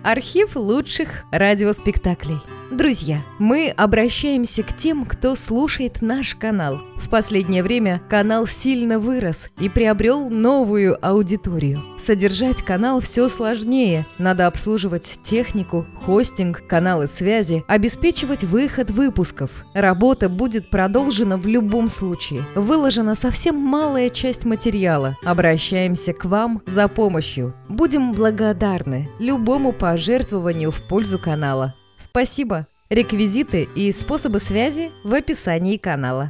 Архив лучших радиоспектаклей. Друзья, мы обращаемся к тем, кто слушает наш канал. В последнее время канал сильно вырос и приобрел новую аудиторию. Содержать канал все сложнее. Надо обслуживать технику, хостинг, каналы связи, обеспечивать выход выпусков. Работа будет продолжена в любом случае. Выложена совсем малая часть материала. Обращаемся к вам за помощью. Будем благодарны любому пожертвованию в пользу канала. Спасибо! Реквизиты и способы связи в описании канала.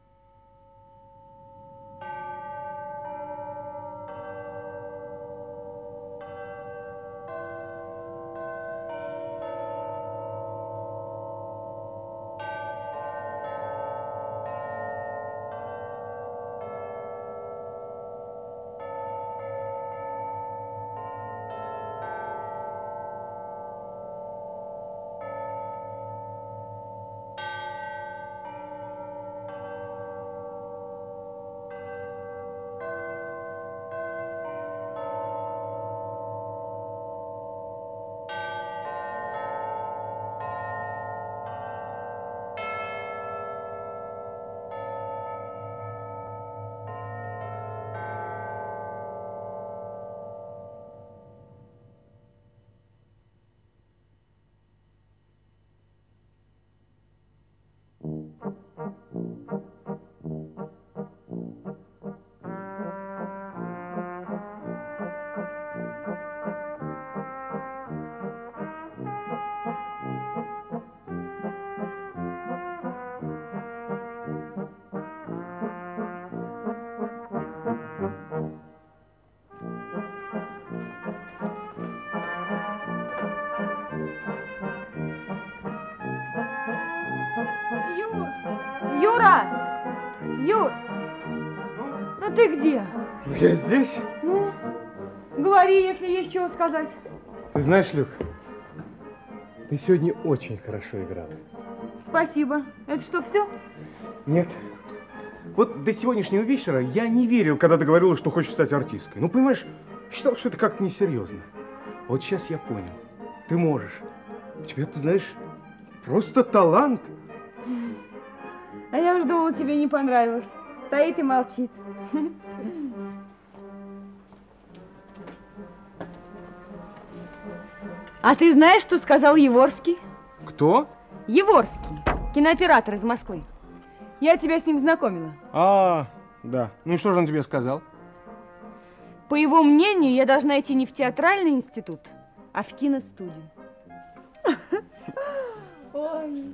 Юра! Юр! Ну ты где? Я здесь. Ну, говори, если есть чего сказать. Ты знаешь, Люк, ты сегодня очень хорошо играла. Спасибо. Это что, все? Нет. Вот до сегодняшнего вечера я не верил, когда ты говорила, что хочешь стать артисткой. Ну, понимаешь, считал, что это как-то несерьезно. Вот сейчас я понял. Ты можешь. У тебя, ты знаешь, просто талант. А я уж думала, тебе не понравилось. Стоит и молчит. А ты знаешь, что сказал Еворский? Кто? Еворский, кинооператор из Москвы. Я тебя с ним знакомила. А, да. Ну и что же он тебе сказал? По его мнению, я должна идти не в театральный институт, а в киностудию. Ой.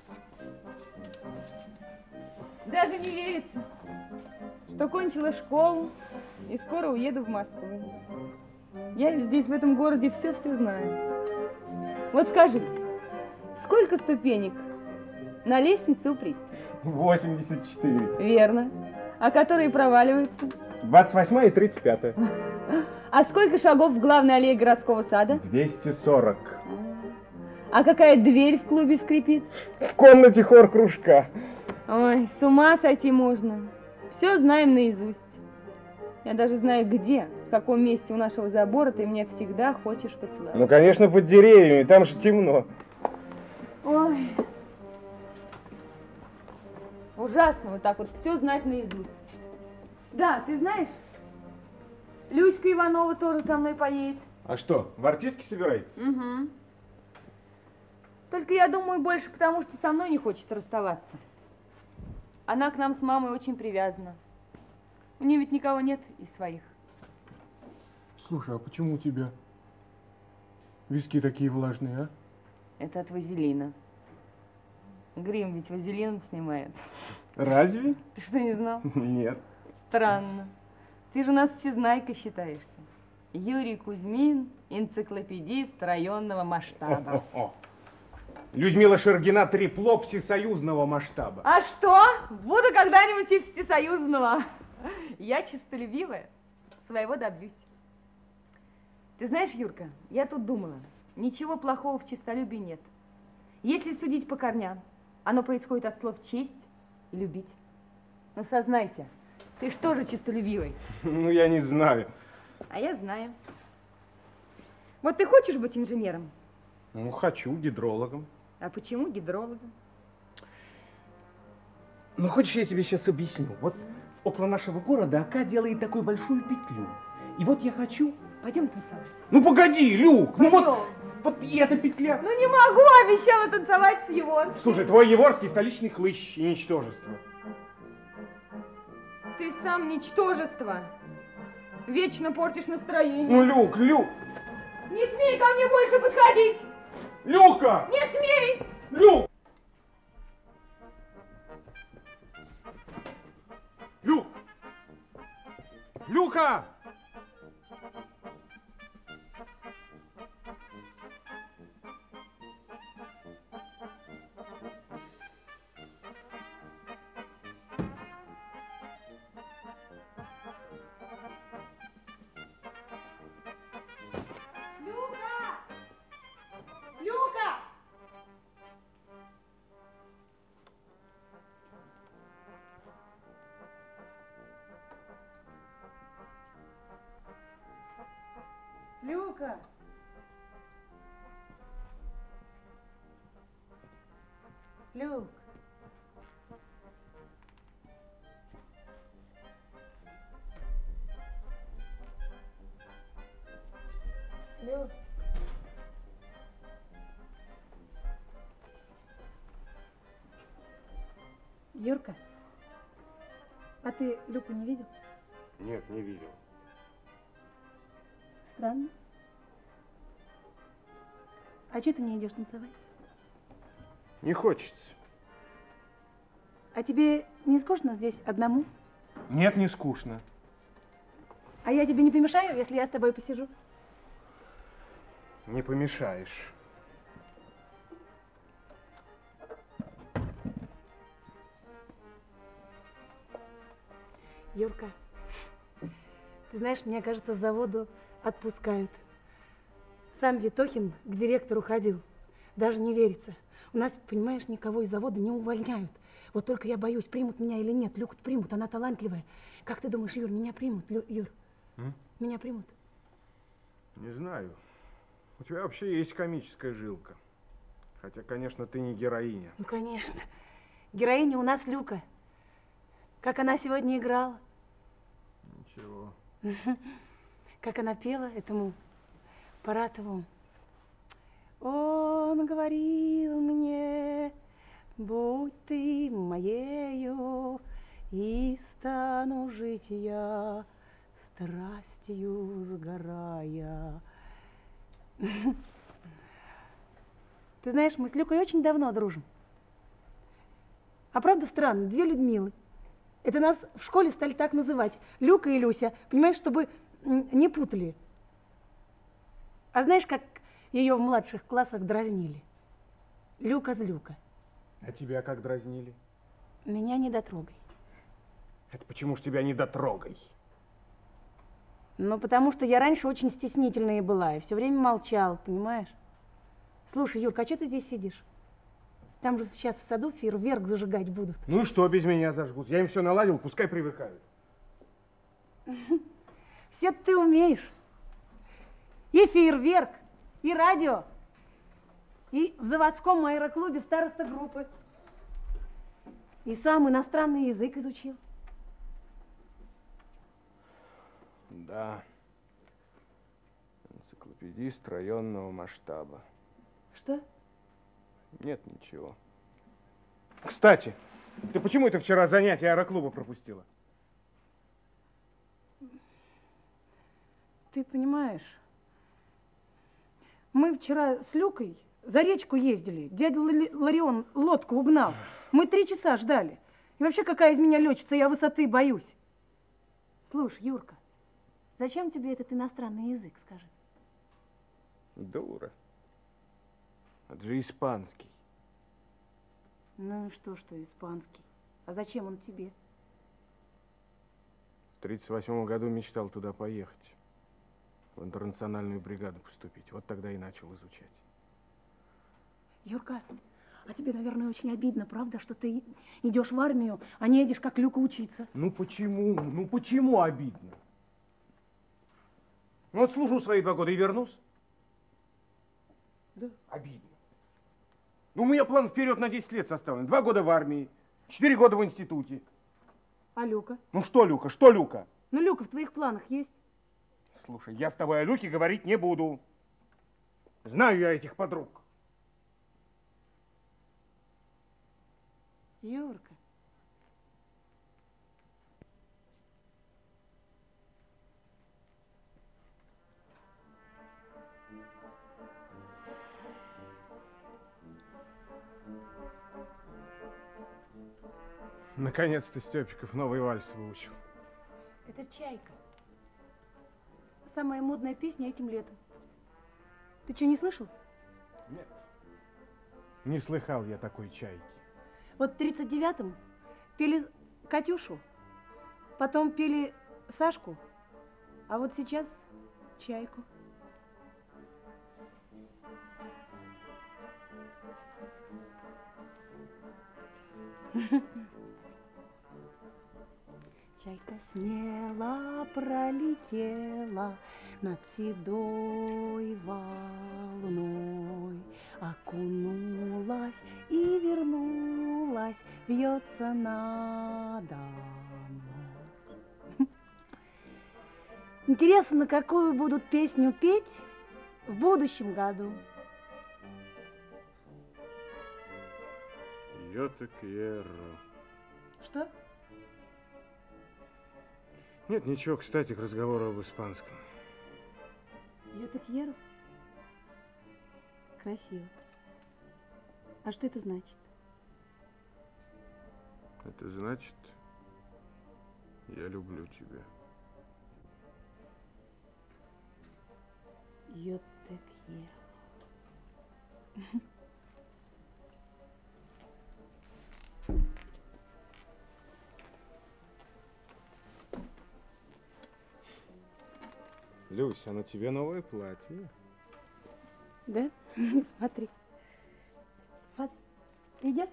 Даже не верится, что кончила школу и скоро уеду в Москву. Я здесь, в этом городе, все-все знаю. Вот скажи, сколько ступенек на лестнице у пристани? 84. Верно. А которые проваливаются? 28 и 35. А сколько шагов в главной аллее городского сада? 240. А какая дверь в клубе скрипит? В комнате хор кружка. Ой, с ума сойти можно. Все знаем наизусть. Я даже знаю, где, в каком месте у нашего забора ты меня всегда хочешь поцеловать. Ну, конечно, под деревьями, там же темно. Ой. Ужасно вот так вот все знать наизусть. Да, ты знаешь, Люська Иванова тоже со мной поедет. А что, в артистке собираетесь? Угу. Только я думаю, больше потому, что со мной не хочет расставаться. Она к нам с мамой очень привязана. У нее ведь никого нет из своих. Слушай, а почему у тебя виски такие влажные, а? Это от вазелина. Грим ведь вазелином снимают. Разве? Ты что, не знал? Нет. Странно. Ты же у нас всезнайка считаешься. Юрий Кузьмин, энциклопедист районного масштаба. Людмила Шергина трепло всесоюзного масштаба. А что? Буду когда-нибудь и всесоюзного. Я честолюбивая, своего добьюсь. Ты знаешь, Юрка, я тут думала, ничего плохого в честолюбии нет. Если судить по корням, оно происходит от слов честь и любить. Но сознайся, ты что же честолюбивый? Ну, я не знаю. А я знаю. Вот ты хочешь быть инженером? Ну, хочу, гидрологом. А почему гидрологом? Ну, хочешь, я тебе сейчас объясню? Вот около нашего города Ока делает такую большую петлю. И вот я хочу... Пойдем танцевать. Ну, погоди, Люк! Пойдем. Ну, вот и эта петля... Ну, не могу, обещала танцевать с Еворским. Слушай, твой Еворский столичный хлыщ и ничтожество. Ты сам ничтожество. Вечно портишь настроение. Ну, Люк, Люк! Не смей ко мне больше подходить! Люка! Не смей! Люк! Люк! Люка! Люка! Люка! Люк! Люк! Юрка, а ты Люку не видел? Нет, не видел. Странно. А че ты не идешь танцевать? Не хочется. А тебе не скучно здесь одному? Нет, не скучно. А я тебе не помешаю, если я с тобой посижу? Не помешаешь. Юрка, ты знаешь, мне кажется, с завода отпускают. Сам Витохин к директору ходил. Даже не верится. У нас, понимаешь, никого из завода не увольняют. Вот только я боюсь, примут меня или нет. Люку примут, она талантливая. Как ты думаешь, Юр, меня примут? Юр, меня примут? Не знаю. У тебя вообще есть комическая жилка. Хотя, конечно, ты не героиня. Ну, конечно. Героиня у нас Люка. Как она сегодня играла. Ничего. Как она пела этому Паратову. Он говорил мне, будь ты моею, и стану жить я, страстью сгорая. Ты знаешь, мы с Люкой очень давно дружим. А правда странно, две Людмилы. Это нас в школе стали так называть. Люка и Люся. Понимаешь, чтобы не путали. А знаешь, как ее в младших классах дразнили? Люка-злюка. А тебя как дразнили? Меня не дотрогай. Это почему ж тебя не дотрогай? Ну, потому что я раньше очень стеснительная была и все время молчала, понимаешь? Слушай, Юрка, а что ты здесь сидишь? Там же сейчас в саду фейерверк зажигать будут. Ну и что без меня зажгут? Я им все наладил, пускай привыкают. Все ты умеешь. И фейерверк, и радио, и в заводском аэроклубе староста группы. И сам иностранный язык изучил. Да. Энциклопедист районного масштаба. Что? Нет, ничего. Кстати, ты почему это вчера занятие аэроклуба пропустила? Ты понимаешь, мы вчера с Люкой за речку ездили. Дядя Ларион лодку угнал. Мы 3 часа ждали. И вообще, какая из меня летчица, я высоты боюсь. Слушай, Юрка, зачем тебе этот иностранный язык, скажи? Дура. Это же испанский. Ну и что испанский? А зачем он тебе? В 1938 году мечтал туда поехать. В интернациональную бригаду поступить. Вот тогда и начал изучать. Юрка, а тебе, наверное, очень обидно, правда, что ты идешь в армию, а не едешь как Люка учиться? Ну почему? Ну почему обидно? Ну вот служу свои 2 года и вернусь. Да. Обидно. Ну, у меня план вперед на 10 лет составлен. 2 года в армии, 4 года в институте. А Люка? Ну что, Люка, что, Люка? Ну, Люка в твоих планах есть? Слушай, я с тобой о Люке говорить не буду. Знаю я этих подруг. Юрка. Наконец-то Степиков новый вальс выучил. Это «Чайка». Самая модная песня этим летом. Ты что, не слышал? Нет. Не слыхал я такой чайки. Вот в 39-м пели Катюшу, потом пели Сашку, а вот сейчас Чайку. Чайка смело пролетела над седой волной, окунулась и вернулась, вьется надо мной. Интересно, какую будут песню петь в будущем году? Я так quiero. Что? Нет, ничего, кстати, к разговору об испанском. Я так quiero. Красиво. А что это значит? Это значит, я люблю тебя. Я так quiero. Люся, а на тебе новое платье. Да? Смотри. Вот. Идет?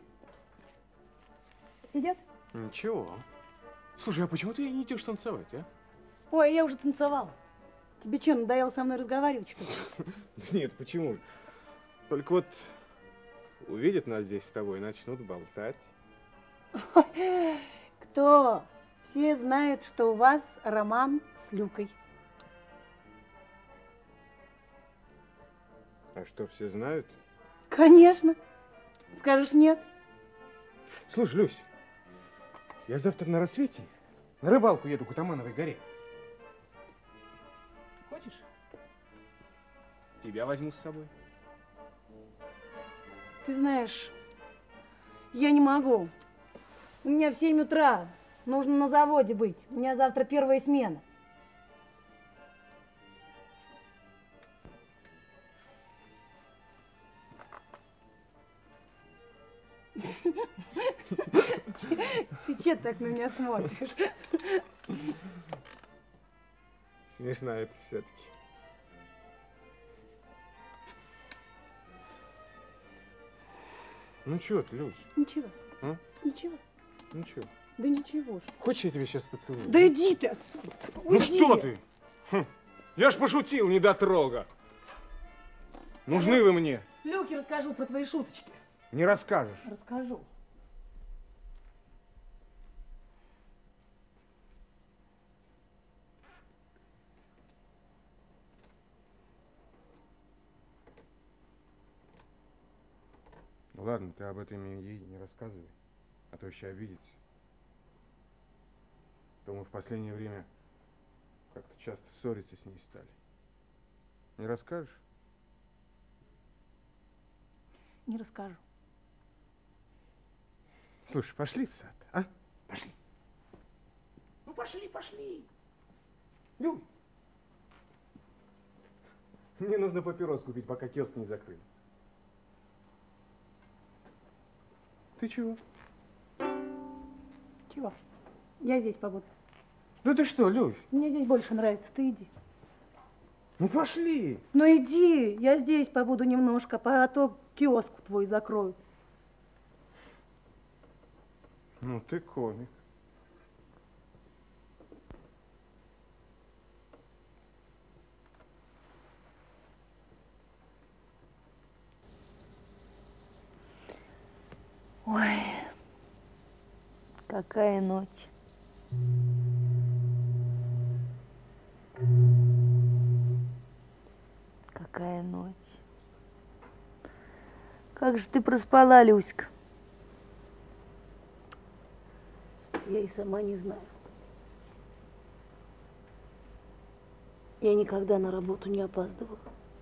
Идет? Ничего. Слушай, а почему ты не идешь танцевать, а? Ой, я уже танцевала. Тебе что, надоело со мной разговаривать, что ли? Нет, почему? Только вот увидят нас здесь с тобой и начнут болтать. Кто? Все знают, что у вас роман с Люкой. А что, все знают? Конечно. Скажешь нет? Слушай, Люсь, я завтра на рассвете на рыбалку еду к Утамановой горе. Хочешь? Тебя возьму с собой. Ты знаешь, я не могу. У меня в 7 утра. Нужно на заводе быть. У меня завтра первая смена. Ты че так на меня смотришь? Смешная это все-таки. Ну чего ты, Люсь? Ничего. А? Ничего. Ну чего? Да ничего ж. Хочешь, я тебя сейчас поцелую? Да иди ты отсюда. Ну Уйди. что ты? Хм. Я ж пошутил, недотрога. Нужны вы мне. Люке расскажу про твои шуточки. Не расскажешь. Расскажу. Ну ладно, ты об этом ей не рассказывай, а то еще обидится. То мы в последнее время как-то часто ссориться с ней стали. Не расскажешь? Не расскажу. Слушай, пошли в сад, а? Пошли. Ну пошли, пошли. Люй. Мне нужно папирос купить, пока киоск не закрыли. Ты чего? Чего? Я здесь побуду. Ну ты что, Люсь? Мне здесь больше нравится. Ты иди. Ну пошли. Ну иди, я здесь побуду немножко, а то киоск твой закроют. Ну ты комик. Ой, какая ночь. Какая ночь. Как же ты проспала, Люська? Я и сама не знаю. Я никогда на работу не опаздывала.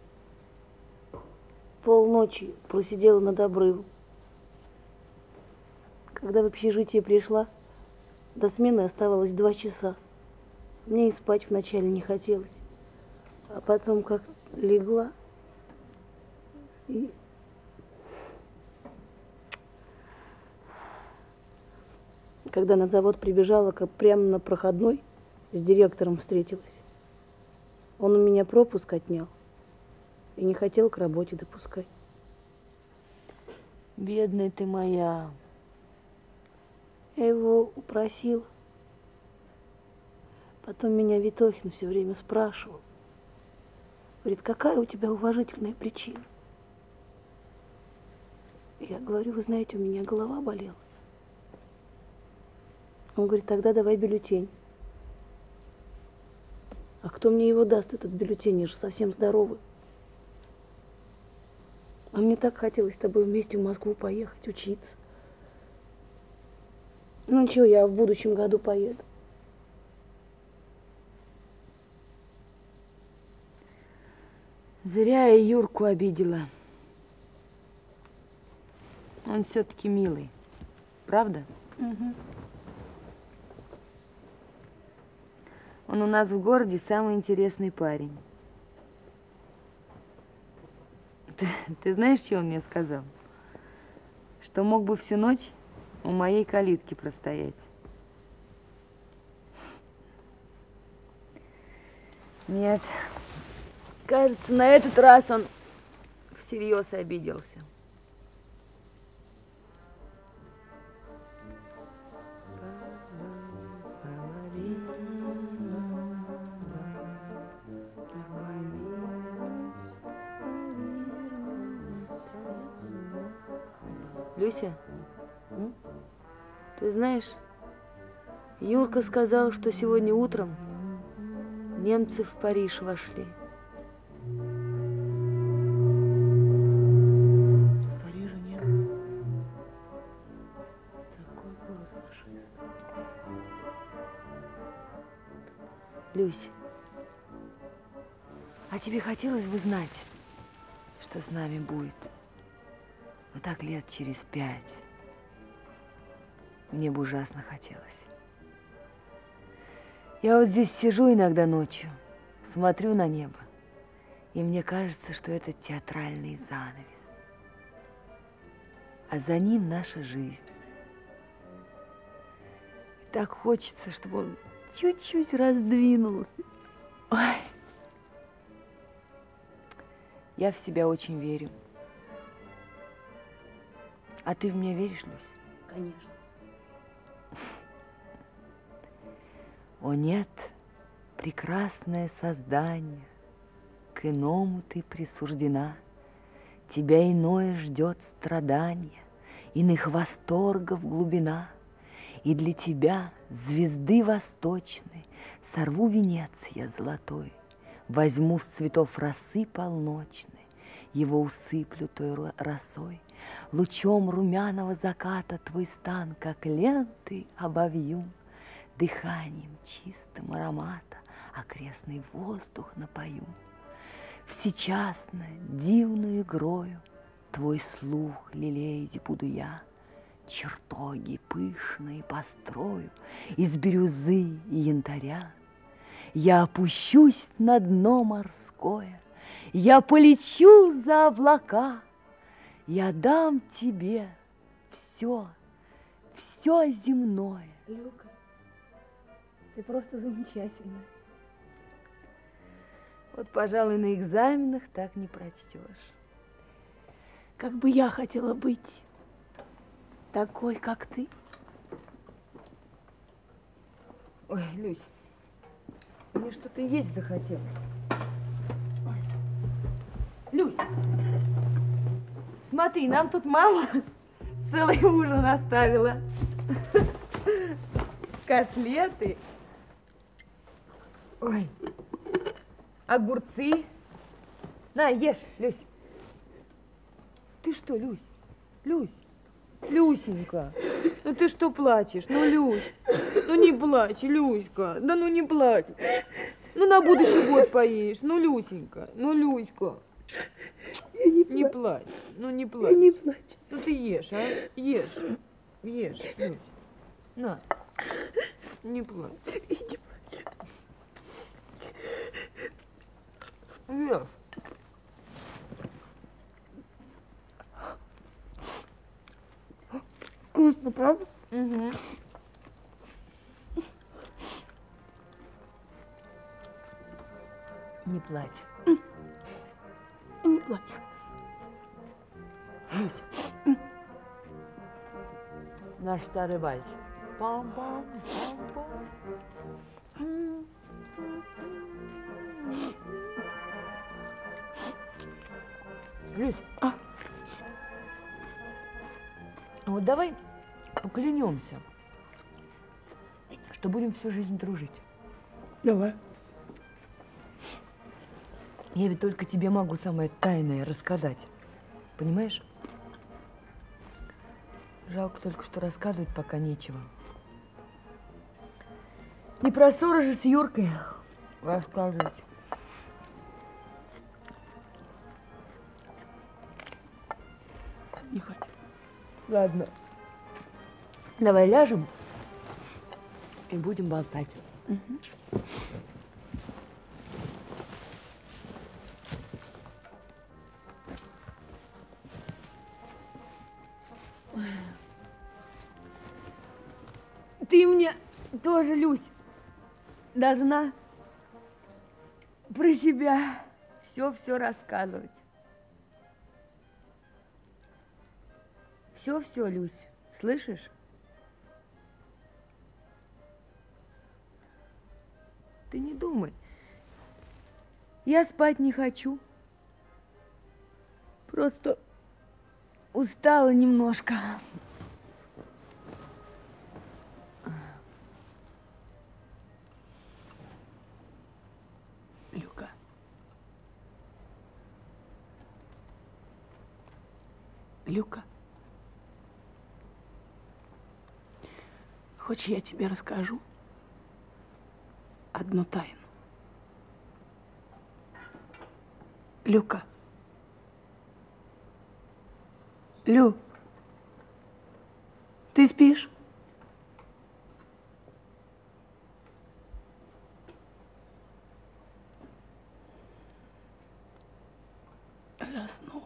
Полночи просидела над обрывом. Когда в общежитие пришла, до смены оставалось 2 часа. Мне и спать вначале не хотелось. А потом как легла и... Когда на завод прибежала, как прямо на проходной с директором встретилась. Он у меня пропуск отнял и не хотел к работе допускать. Бедная ты моя. Я его упросила. Потом меня Витохин все время спрашивал. Говорит, какая у тебя уважительная причина? Я говорю, вы знаете, у меня голова болела. Он говорит, тогда давай бюллетень. А кто мне его даст, этот бюллетень? Я же совсем здоровый. А мне так хотелось с тобой вместе в Москву поехать, учиться. Ну ничего, я в будущем году поеду. Зря я Юрку обидела. Он все-таки милый. Правда? Угу. Он у нас в городе самый интересный парень. Ты знаешь, что он мне сказал? Что мог бы всю ночь у моей калитки простоять. Нет, кажется, на этот раз он всерьез обиделся. Люся, ты знаешь, Юрка сказал, что сегодня утром немцы в Париж вошли. В Париже немцы. Такой город фашист. Люсь, а тебе хотелось бы знать, что с нами будет? Ну так лет через 5. Мне бы ужасно хотелось. Я вот здесь сижу иногда ночью, смотрю на небо, и мне кажется, что это театральный занавес. А за ним наша жизнь. И так хочется, чтобы он чуть-чуть раздвинулся. Ой. Я в себя очень верю. А ты в меня веришь, Люсь? Конечно. О нет, прекрасное создание, к иному ты присуждена, тебя иное ждет страдание, иных восторгов глубина, и для тебя, звезды восточной, сорву венец я золотой, возьму с цветов росы полночной, его усыплю той росой, лучом румяного заката твой стан, как ленты, обовью, дыханием чистым аромата окрестный воздух напою. Всечасно, дивную игрою твой слух лелеять буду я, чертоги пышные построю из бирюзы и янтаря. Я опущусь на дно морское, я полечу за облака, я дам тебе все, все земное. Люка, ты просто замечательная. Вот, пожалуй, на экзаменах так не прочтешь. Как бы я хотела быть такой, как ты. Ой, Люсь, мне что-то есть захотелось. Люсь, смотри, нам тут мама целый ужин оставила. Котлеты. Ой. Огурцы. На, ешь, Люсь. Ты что, Люсь? Люсь. Люсенька, ну ты что плачешь? Ну, Люсь, ну не плачь, Люська, да ну не плачь. Ну на будущий год поешь, ну, Люсенька, ну, Люська. Я не плачь, ну не плачь. Я не плачу. Ну ты ешь, а? Ешь, ешь, Люсь. На, не плачь. Я не плачу. Ешь. Вкусно, правда? Угу. Не плачь. Я не плачу. Люсь. Наш старый вальс. Пам-пам, пам-пам. Люсь, вот давай поклянемся, что будем всю жизнь дружить. Давай. Я ведь только тебе могу самое тайное рассказать. Понимаешь? Жалко только, что рассказывать пока нечего. Не про ссоры же с Юркой рассказывать. Не хочу. Ладно. Давай ляжем и будем болтать. Угу. Ты мне тоже, Люсь, должна про себя все рассказывать. Все, Люсь, слышишь? Ты не думай. Я спать не хочу. Просто устала немножко. Люка. Люка. Хочешь, я тебе расскажу одну тайну? Люка. Лю, ты спишь? Заснула.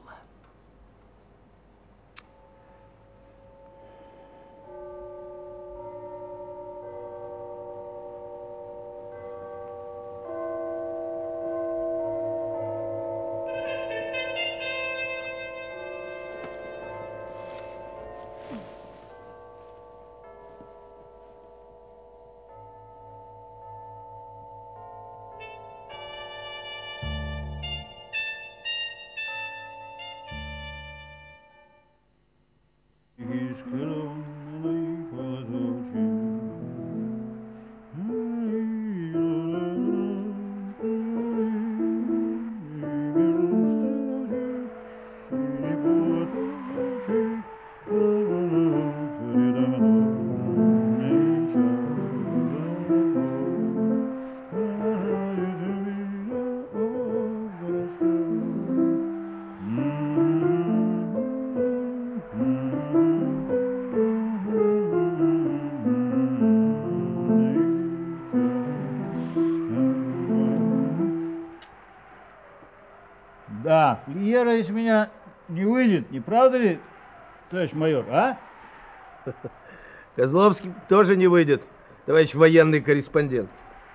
Да, флиера из меня не выйдет, не правда ли, товарищ майор, а? Козловский тоже не выйдет, товарищ военный корреспондент.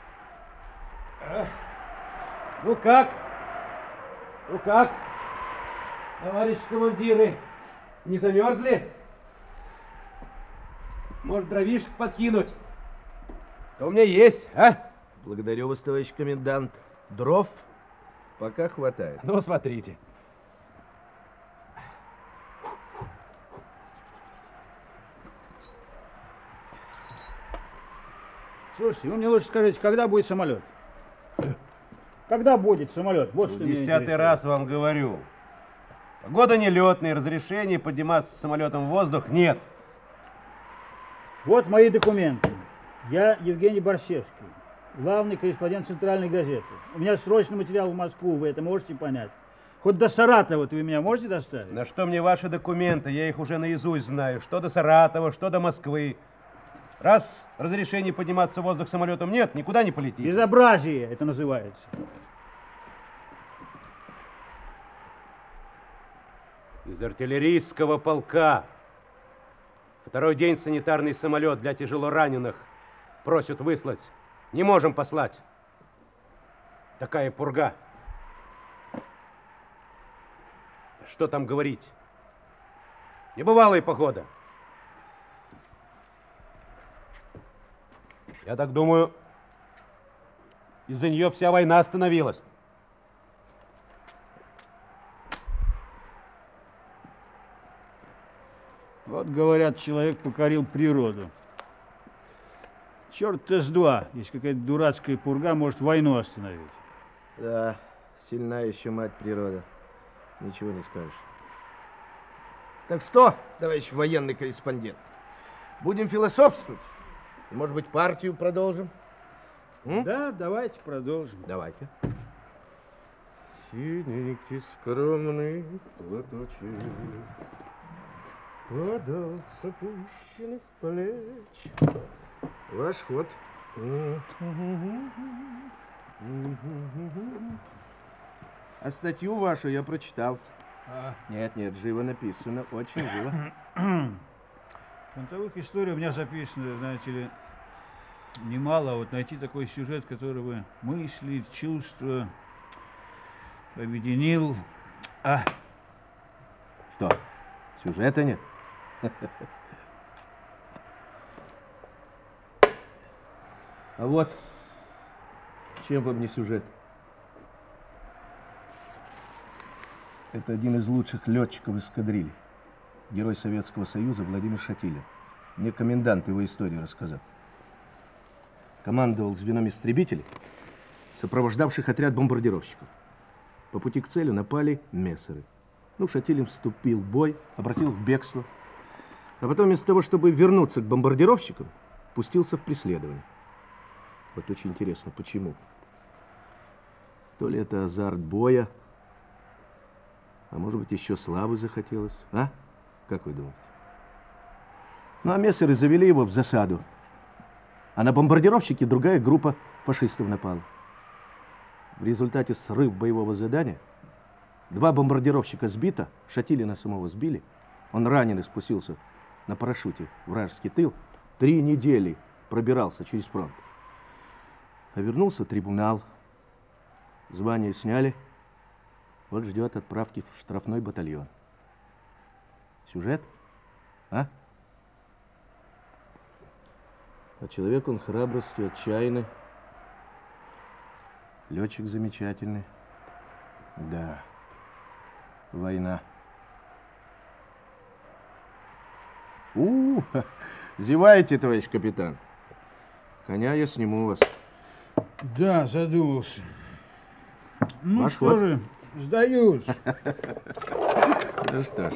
Ну как? Ну как? Товарищ командиры, не замерзли? Может, дровишек подкинуть? То у меня есть, а? Благодарю вас, товарищ комендант. Дров пока хватает. Ну, смотрите. Слушайте, вы мне лучше скажите, когда будет самолет? Когда будет самолет? Вот что меня интересует. 10-й раз вам говорю. Погода нелетная, разрешения подниматься самолетом в воздух нет. Вот мои документы. Я Евгений Борщевский, главный корреспондент Центральной газеты. У меня срочный материал в Москву, вы это можете понять? Хоть до Саратова вы меня можете доставить? На что мне ваши документы? Я их уже наизусть знаю. Что до Саратова, что до Москвы. Раз разрешения подниматься в воздух самолетом нет, никуда не полетите. Безобразие это называется. Из артиллерийского полка. Второй день санитарный самолет для тяжелораненых просят выслать. Не можем послать. Такая пурга. Что там говорить? Небывалая погода. Я так думаю, из-за нее вся война остановилась. Вот, говорят, человек покорил природу. Черт с два, если какая-то дурацкая пурга может войну остановить. Да, сильна еще мать природа. Ничего не скажешь. Так что, товарищ военный корреспондент, будем философствовать? Может быть, партию продолжим? Да, давайте продолжим. Давайте. Синенький скромный платочек подал с опущенных плеч. Ваш ход. А статью вашу я прочитал. Нет, живо написано, очень живо. Фронтовых историй у меня записано, знаете ли, немало. Вот найти такой сюжет, который бы мысли, чувства объединил. Что, сюжета нет? А вот, чем вам не сюжет? Это один из лучших летчиков эскадрильи, герой Советского Союза Владимир Шатилин. Мне комендант его историю рассказал. Командовал звеном истребителей, сопровождавших отряд бомбардировщиков. По пути к цели напали мессеры. Шатилин вступил в бой, обратил их в бегство. А потом вместо того, чтобы вернуться к бомбардировщикам, пустился в преследование. Вот очень интересно, почему? То ли это азарт боя, а может быть, еще славы захотелось, а? Как вы думаете? А мессеры завели его в засаду, а на бомбардировщике другая группа фашистов напала. В результате срыв боевого задания 2 бомбардировщика сбито, Шатилина самого сбили, он раненый спустился на парашюте в вражеский тыл, 3 недели пробирался через фронт. А вернулся трибунал, звание сняли, вот ждет отправки в штрафной батальон. Сюжет? А человек он храбростью отчаянный, летчик замечательный. Да, война. Зеваете, товарищ капитан? Коня я сниму у вас. Да, задумался. Ну Ваш что ход. же, сдаюсь. Ну что ж.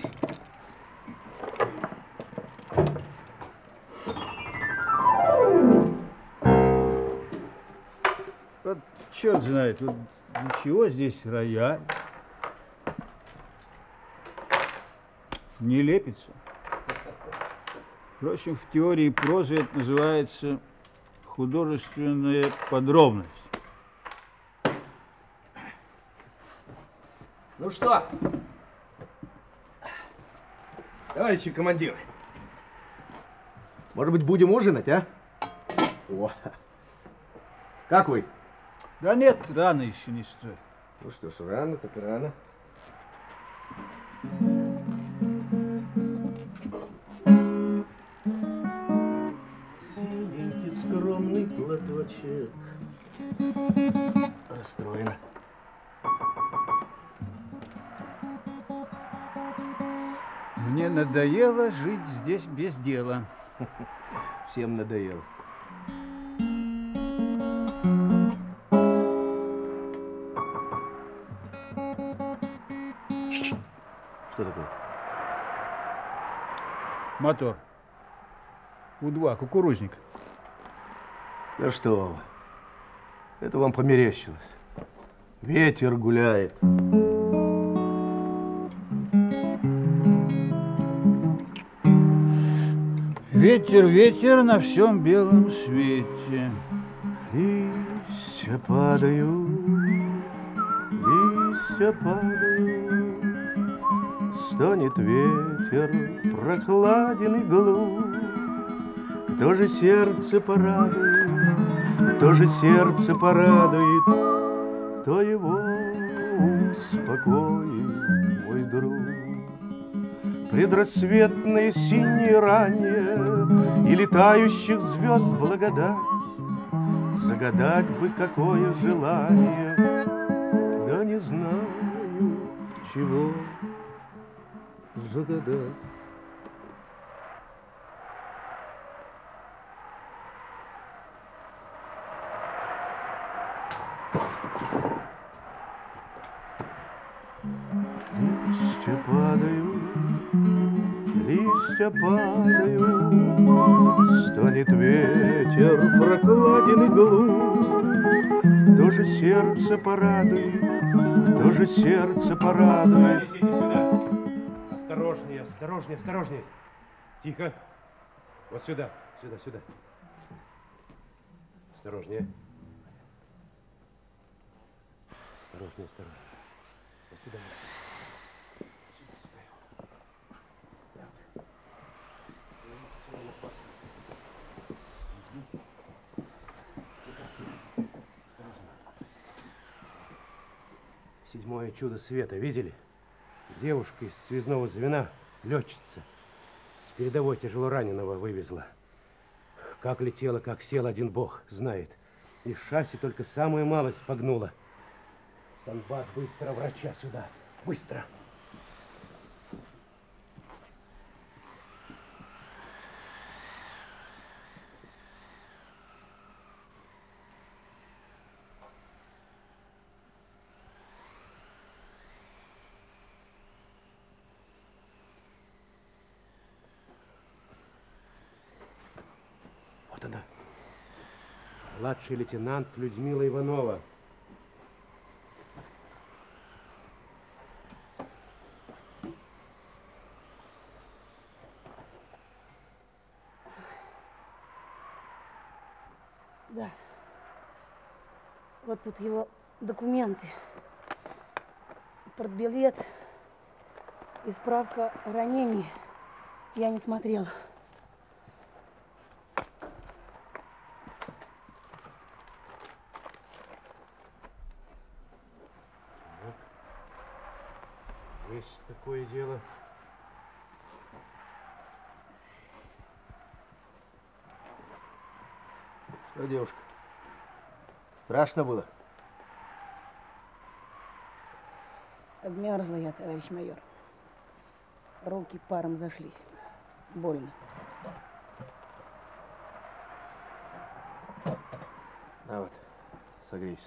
Вот черт знает, вот ничего, здесь рояль. Не лепится. Впрочем, в теории прозы это называется художественная подробность. Ну что, товарищи командиры, может быть, будем ужинать, а? О. Как вы? Да нет, рано еще не стоит. Ну что ж, рано так рано. Синенький скромный платочек. Расстроена. Мне надоело жить здесь без дела. Всем надоело. Что такое? Мотор. У-2, кукурузник. Да что вы. Это вам померещилось. Ветер гуляет. Ветер, ветер на всем белом свете. Листья падают, листья падают, стонет ветер, прохладен и глух. Кто же сердце порадует, кто же сердце порадует, кто его успокоит, мой друг? Предрассветные синие ранее и летающих звезд благодать, загадать бы какое желание, да не знаю, чего загадать. Листья падают, листья падают, стонет ветер, прохладен и глух. Кто же сердце порадует, кто же сердце порадует? Несите сюда. Осторожнее, осторожнее, осторожнее. Тихо. Вот сюда, сюда, сюда. Осторожнее. Осторожнее, осторожнее. Вот сюда несите. Седьмое чудо света, видели? Девушка из связного звена, летчица, с передовой тяжело раненого вывезла. Как летела, как сел, один бог знает. И шасси только самую малость погнула. Санбат, быстро врача сюда, быстро. Вот она, младший лейтенант Людмила Иванова. Да. Вот тут его документы. Партбилет и справка о ранении. Я не смотрела. Есть такое дело. Что, девушка, страшно было? Обмерзла я, товарищ майор. Руки паром зашлись. Больно. На вот, согрейся.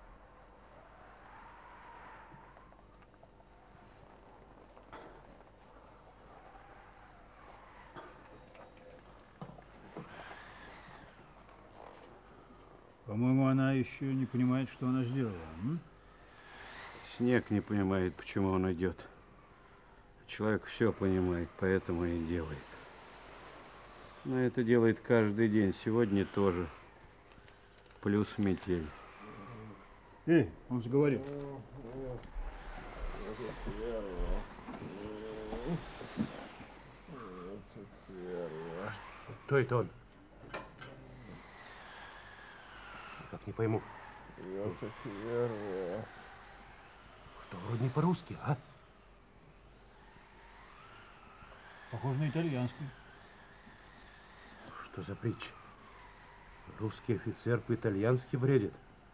По-моему, она еще не понимает, что она сделала. Снег не понимает, почему он идет. Человек все понимает, поэтому и делает. Но это делает каждый день. Сегодня тоже. Плюс метель. Эй, он заговорил. Кто это он? Как не пойму. Что, вроде не по-русски, а? Похоже на итальянский. Что за притча? Русский офицер по-итальянски бредит.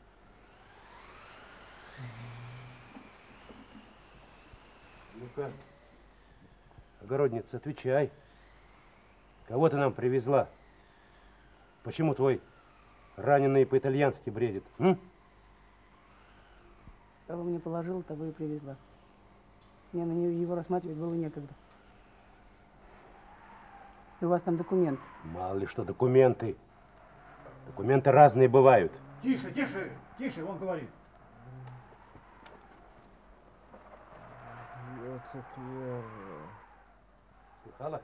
Ну-ка, огородница, отвечай. Кого ты нам привезла? Почему твой раненый по-итальянски бредит? Кого мне положила, того и привезла. Мне на его рассматривать было некогда. И у вас там документы. Мало ли что документы. Документы разные бывают. Тише, тише, тише, он говорит. Слыхала?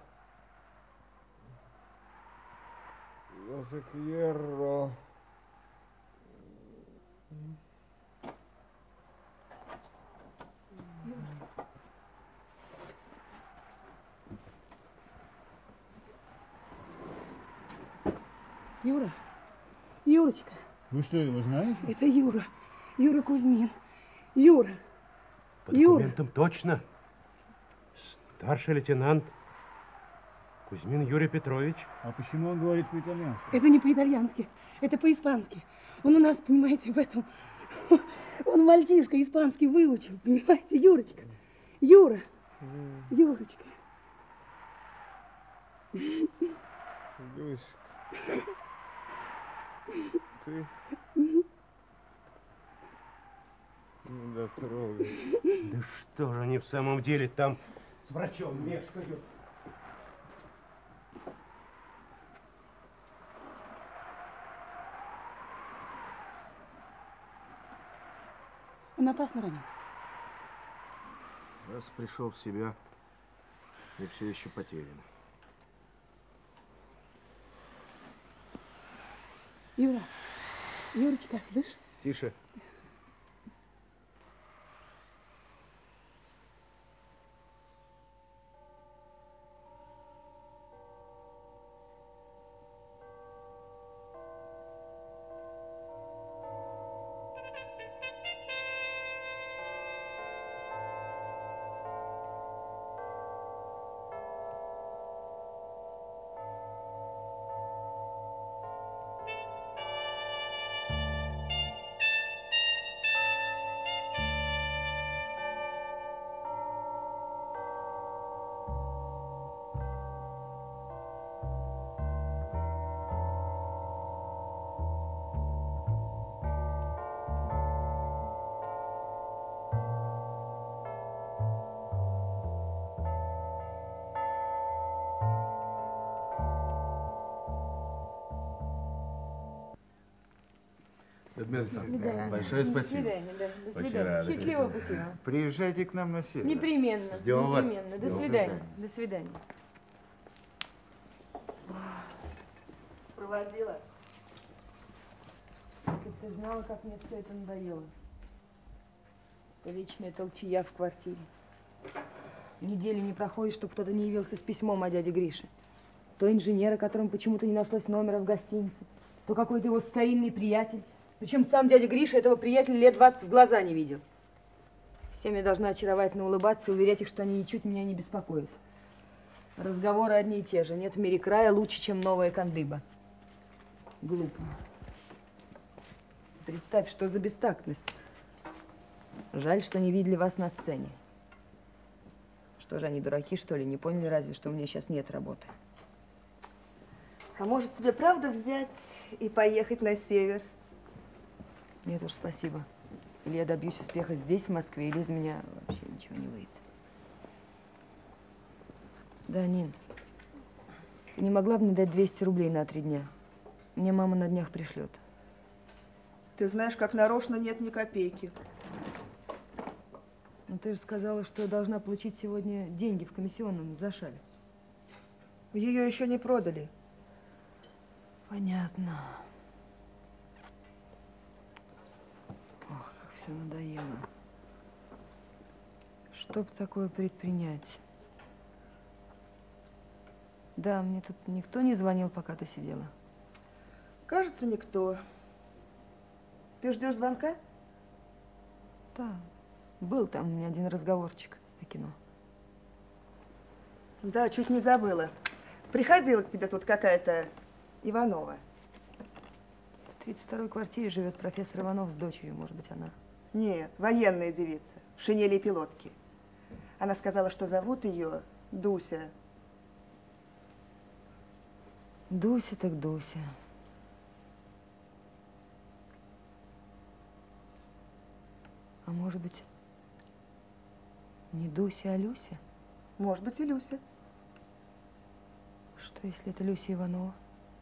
Юра, Юрочка, Вы что, его знаете? это Юра. Юра Кузьмин. Юра. По Юра. документам точно. Старший лейтенант Кузьмин Юрий Петрович. А почему он говорит по-итальянски? Это не по-итальянски, это по-испански. Он у нас, понимаете, в этом... Он мальчишка испанский выучил, понимаете, Юрочка. Юра. Юрочка. Люська, ты не дотрогай. Да что же они в самом деле там с врачом мешкают? Он опасно ранен. Раз пришел в себя, и все еще потеряно. Юра. Юрочка, слышь? Тише. Людмила До Александровна, свидания. большое До спасибо. свидания, да. До Очень свидания. рады. Счастливого пути вам. Приезжайте к нам на север. Непременно. Ждем вас. Непременно. До До свидания. свидания. До свидания. Проводила. Если бы ты знала, как мне все это надоело. Вечная толчья в квартире. Недели не проходит, чтобы кто-то не явился с письмом о дяде Грише. То инженера, которому почему-то не нашлось номера в гостинице, то какой-то его старинный приятель. Причем сам дядя Гриша этого приятеля лет 20 в глаза не видел. Всем я должна очаровательно улыбаться и уверять их, что они ничуть меня не беспокоят. Разговоры одни и те же. Нет в мире края лучше, чем новая Кандыба. Глупо. Представь, что за бестактность. Жаль, что не видели вас на сцене. Что же, они дураки, что ли? Не поняли разве, что у меня сейчас нет работы? А может, тебе правда взять и поехать на север? Нет уж, спасибо. Или я добьюсь успеха здесь, в Москве, или из меня вообще ничего не выйдет. Да, Нин, ты не могла бы мне дать 200 рублей на 3 дня? Мне мама на днях пришлет. Ты знаешь, как нарочно нет ни копейки. Ну, ты же сказала, что должна получить сегодня деньги в комиссионном за шаль. Ее еще не продали. Понятно. Ох, как все надоело. Что б такое предпринять? Да, мне тут никто не звонил, пока ты сидела. Кажется, никто. Ты ждешь звонка? Да, был там у меня один разговорчик о кино. Да, чуть не забыла. Приходила к тебе тут какая-то Иванова. В 32-й квартире живет профессор Иванов с дочерью, может быть, она. Нет, военная девица, в шинели и пилотке. Она сказала, что зовут ее Дуся. Дуся так Дуся. А может быть, Не Дуся, а Люся? Может быть, и Люся. Что, если это Люся Иванова?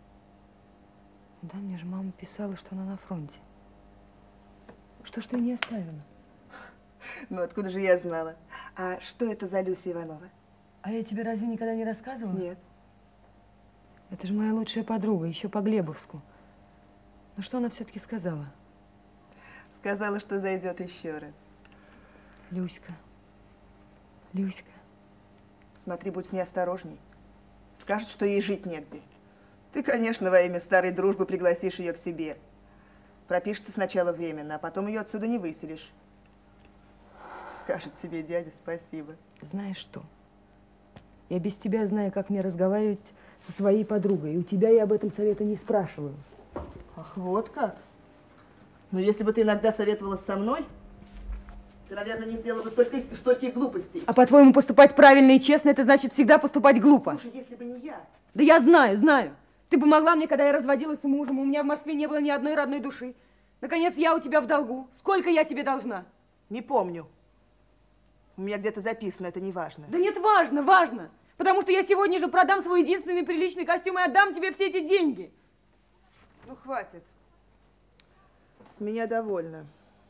Да, мне же мама писала, что она на фронте. Что ж ты не оставила? Ну, откуда же я знала? А что это за Люся Иванова? А я тебе разве никогда не рассказывала? Нет. Это же моя лучшая подруга, еще по Глебовску. Ну, что она все-таки сказала? Сказала, что зайдет еще раз. Люська. Люська. Смотри, будь с ней осторожней. Скажет, что ей жить негде. Ты, конечно, во имя старой дружбы пригласишь ее к себе. Пропишется сначала временно, а потом ее отсюда не выселишь. Скажет тебе дядя спасибо. Знаешь что? Я без тебя знаю, как мне разговаривать со своей подругой. И у тебя я об этом совета не спрашиваю. Ах, вот как? Ну, если бы ты иногда советовалась со мной, ты, наверное, не сделала бы стольких глупостей. А по-твоему, поступать правильно и честно, это значит всегда поступать глупо? Слушай, если бы не я... Да я знаю, знаю. Ты помогла мне, когда я разводилась с мужем. У меня в Москве не было ни одной родной души. Наконец, я у тебя в долгу. Сколько я тебе должна? Не помню. У меня где-то записано, это не важно. Да нет, важно, важно. Потому что я сегодня же продам свой единственный приличный костюм и отдам тебе все эти деньги. Ну, хватит. С меня довольно.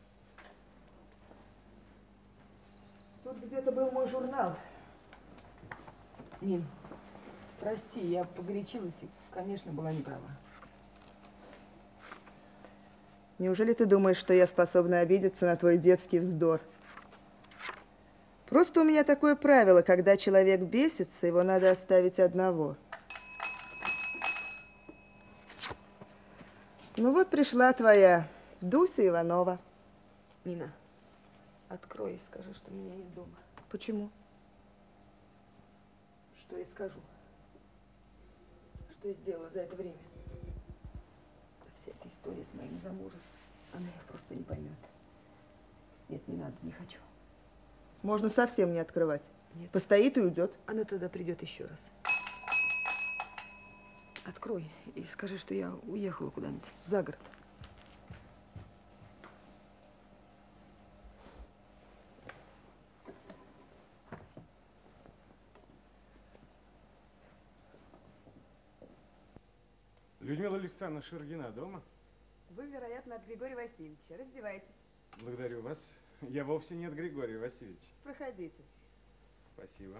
Тут где-то был мой журнал. Нин, прости, я погорячилась и, конечно, была не права. Неужели ты думаешь, что я способна обидеться на твой детский вздор? Просто у меня такое правило, когда человек бесится, его надо оставить одного. Ну вот пришла твоя Дуся Иванова. Нина, открой и скажи, что меня нет дома. Почему? Что я скажу? Что я сделала за это время? Вся эта история с моим замужеством, она их просто не поймет. Нет, не надо, не хочу. Можно совсем не открывать. Нет. Постоит и уйдет. Она тогда придет еще раз. Открой и скажи, что я уехала куда-нибудь за город. Людмила Александровна Шергина дома? Вы, вероятно, от Григория Васильевича. Раздевайтесь. Благодарю вас. Я вовсе не от Григория Васильевича. Проходите. Спасибо.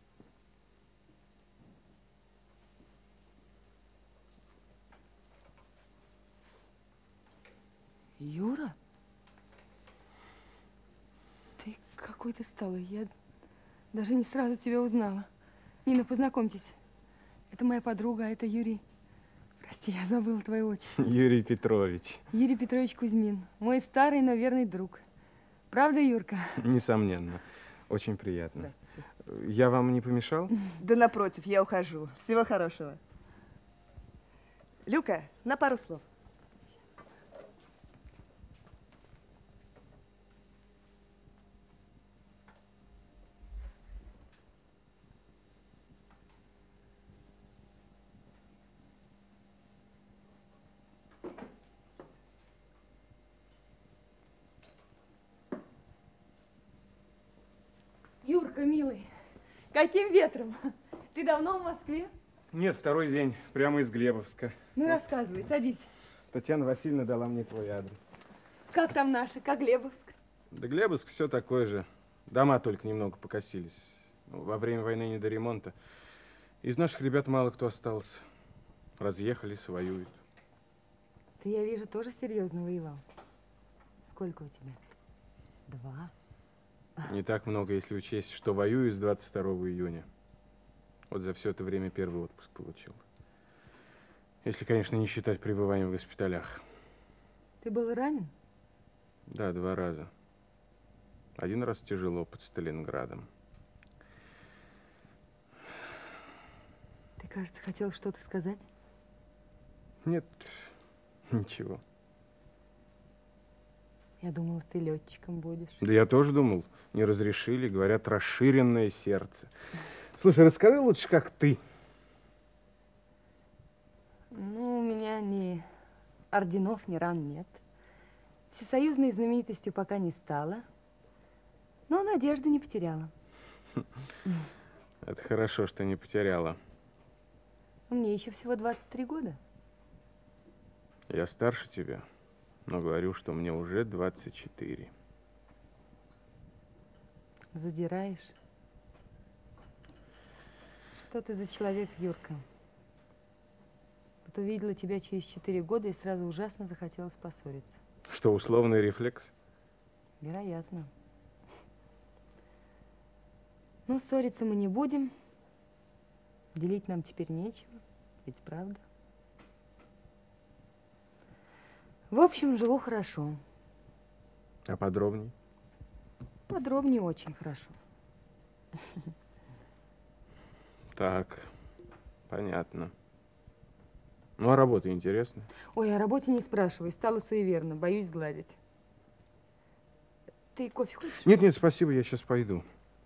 Юра? Ты какой ты стала. Я даже не сразу тебя узнала. Нина, познакомьтесь. Это моя подруга, а это Юрий. Прости, я забыла твое отчество. Юрий Петрович. Юрий Петрович Кузьмин. Мой старый, но верный друг. Правда, Юрка? Несомненно. Очень приятно. Я вам не помешал? Да напротив, я ухожу. Всего хорошего. Люка, на пару слов. Юрка, милый, каким ветром? Ты давно в Москве? Нет, второй день. Прямо из Глебовска. Ну, рассказывай, садись. Татьяна Васильевна дала мне твой адрес. Как там наши, как Глебовск? Да Глебовск все такое же. Дома только немного покосились. Во время войны не до ремонта. Из наших ребят мало кто остался. Разъехались, воюют. Ты, я вижу, тоже серьезно воевал. Сколько у тебя? 2? Не так много, если учесть, что воюю с 22 июня. Вот за все это время первый отпуск получил. Если, конечно, не считать пребывания в госпиталях. Ты был ранен? Да, 2 раза. Один раз тяжело, под Сталинградом. Ты, кажется, хотел что-то сказать? Нет, ничего. Я думала, ты летчиком будешь. Да я тоже думал, не разрешили, говорят, расширенное сердце. Слушай, расскажи лучше, как ты. Ну, у меня ни орденов, ни ран нет. Всесоюзной знаменитостью пока не стала. Но надежды не потеряла. Это хорошо, что не потеряла. Мне еще всего 23 года. Я старше тебя, но говорю, что мне уже 24. Задираешь? Что ты за человек, Юрка? Вот увидела тебя через 4 года и сразу ужасно захотелось поссориться. Что, условный рефлекс? Вероятно. Но ссориться мы не будем. Делить нам теперь нечего. Ведь правда? В общем, живу хорошо. А подробней? Подробнее очень хорошо. Так, понятно. Ну, а работа интересная? Ой, о работе не спрашивай. Стало суеверно. Боюсь сгладить. Ты кофе хочешь? Нет, нет, спасибо, я сейчас пойду.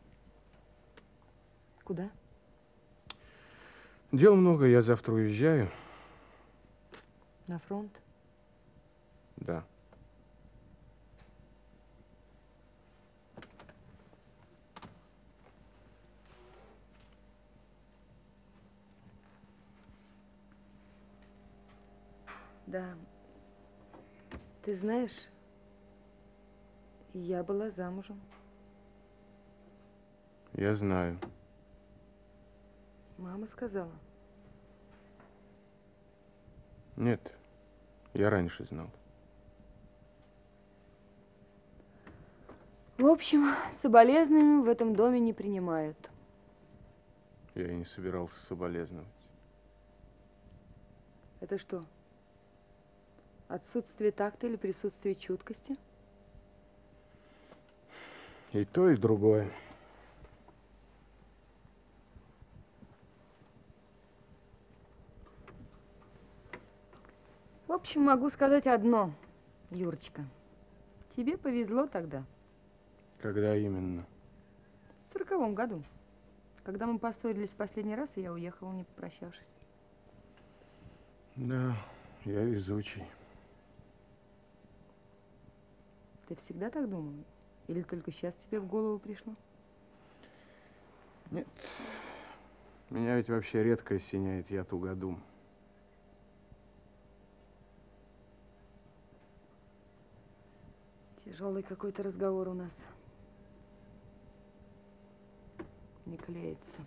Куда? Дел много, я завтра уезжаю. На фронт? Да. Да. Ты знаешь, я была замужем. Я знаю. Мама сказала. Нет, я раньше знал. В общем, соболезнования в этом доме не принимают. Я и не собирался соболезновать. Это что? Отсутствие такта или присутствие чуткости? И то, и другое. В общем, могу сказать одно, Юрочка. Тебе повезло тогда. Когда именно? В 40-м году. Когда мы поссорились в последний раз, и я уехала, не попрощавшись. Да, я везучий. Ты всегда так думал? Или только сейчас тебе в голову пришло? Нет. Меня ведь вообще редко осеняет, я тугодум. Тяжелый какой-то разговор у нас. Не клеится.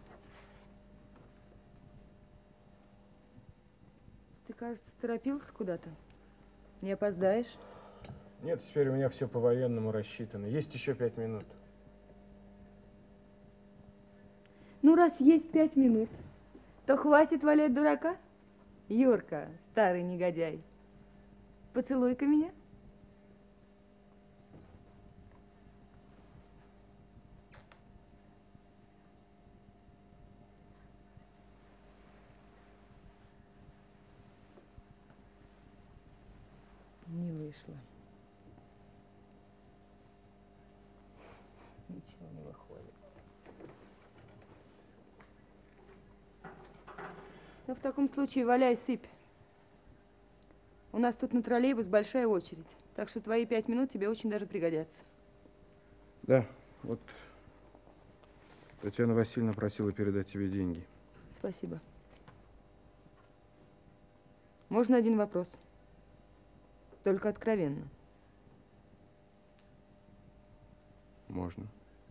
Ты, кажется, торопился куда-то. Не опоздаешь? Нет, теперь у меня все по-военному рассчитано. Есть еще 5 минут. Ну, раз есть 5 минут, то хватит валять дурака. Юрка, старый негодяй, поцелуй-ка меня. Не вышло. Ничего не выходит. Ну, в таком случае валяй, сыпь. У нас тут на троллейбус большая очередь, так что твои 5 минут тебе очень даже пригодятся. Да, вот Татьяна Васильевна просила передать тебе деньги. Спасибо. Можно один вопрос? Только откровенно. Можно.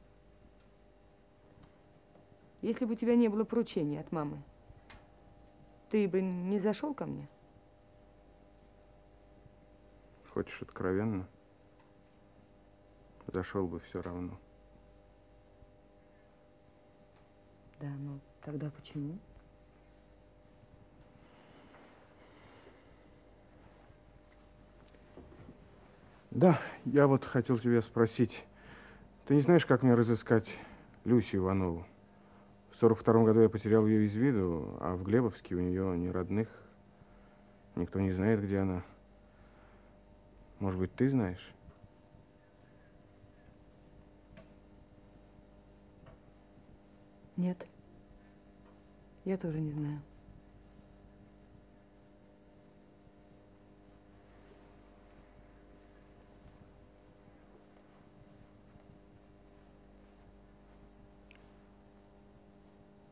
Если бы у тебя не было поручения от мамы, ты бы не зашел ко мне? Хочешь откровенно? Зашел бы все равно. Да, ну тогда почему? Да, я вот хотел тебя спросить. Ты не знаешь, как мне разыскать Люсю Иванову? В 42-м году я потерял ее из виду, а в Глебовске у нее ни родных, никто не знает, где она. Может быть, ты знаешь? Нет. Я тоже не знаю.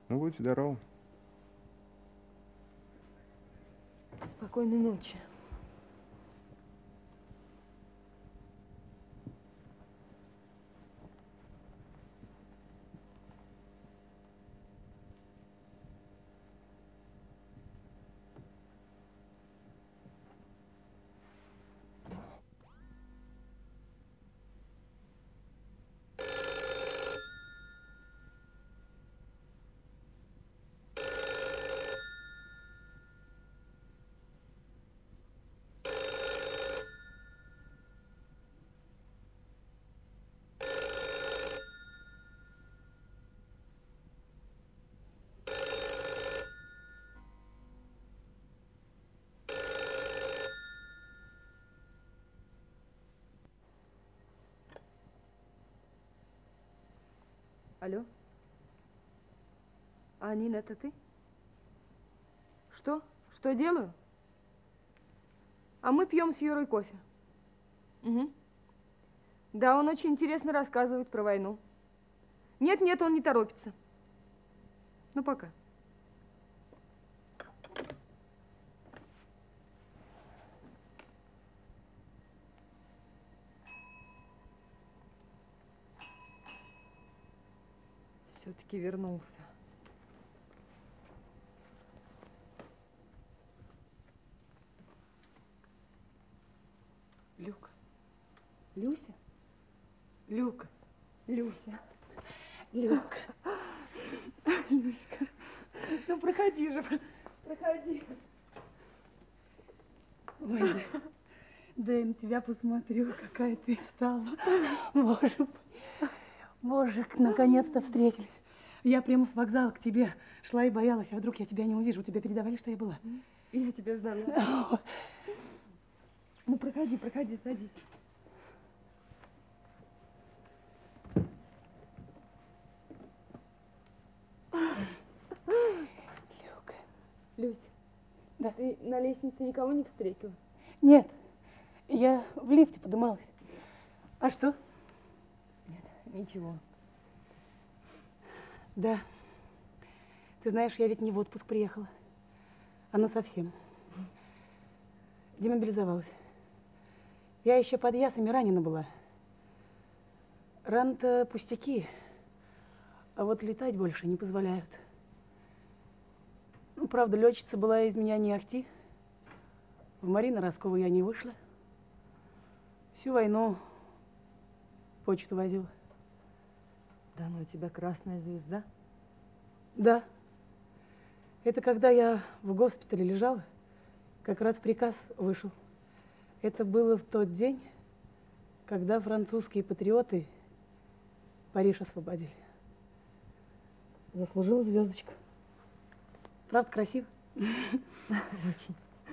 Ну, будь здоров. Спокойной ночи. Алло? А, Нина, это ты? Что? Что делаю? А мы пьем с Юрой кофе. Угу. Да, он очень интересно рассказывает про войну. Нет, нет, он не торопится. Ну, пока. Все-таки вернулся. Люка. Люся? Люка. Люся. Люка. Люська. Ну, проходи же. Проходи. Ой, да я на тебя посмотрю, какая ты стала. Боже, боже, наконец-то встретились. Я прямо с вокзала к тебе шла и боялась, а вдруг я тебя не увижу. Тебе передавали, что я была? Я тебя ждала. Ну, проходи, проходи, садись. Люка. Люсь, да. Ты на лестнице никого не встретила? Нет, я в лифте подымалась. А что? Нет, ничего. Да. Ты знаешь, я ведь не в отпуск приехала, а насовсем. Демобилизовалась. Я еще под Ясами ранена была. Ран-то пустяки, а вот летать больше не позволяют. Ну, правда, летчица была из меня не ахти. В Марину Роскову я не вышла. Всю войну почту возила. Да, ну у тебя красная звезда? Да. Это когда я в госпитале лежала, как раз приказ вышел. Это было в тот день, когда французские патриоты Париж освободили. Заслужила звездочку. Правда, красиво? Очень.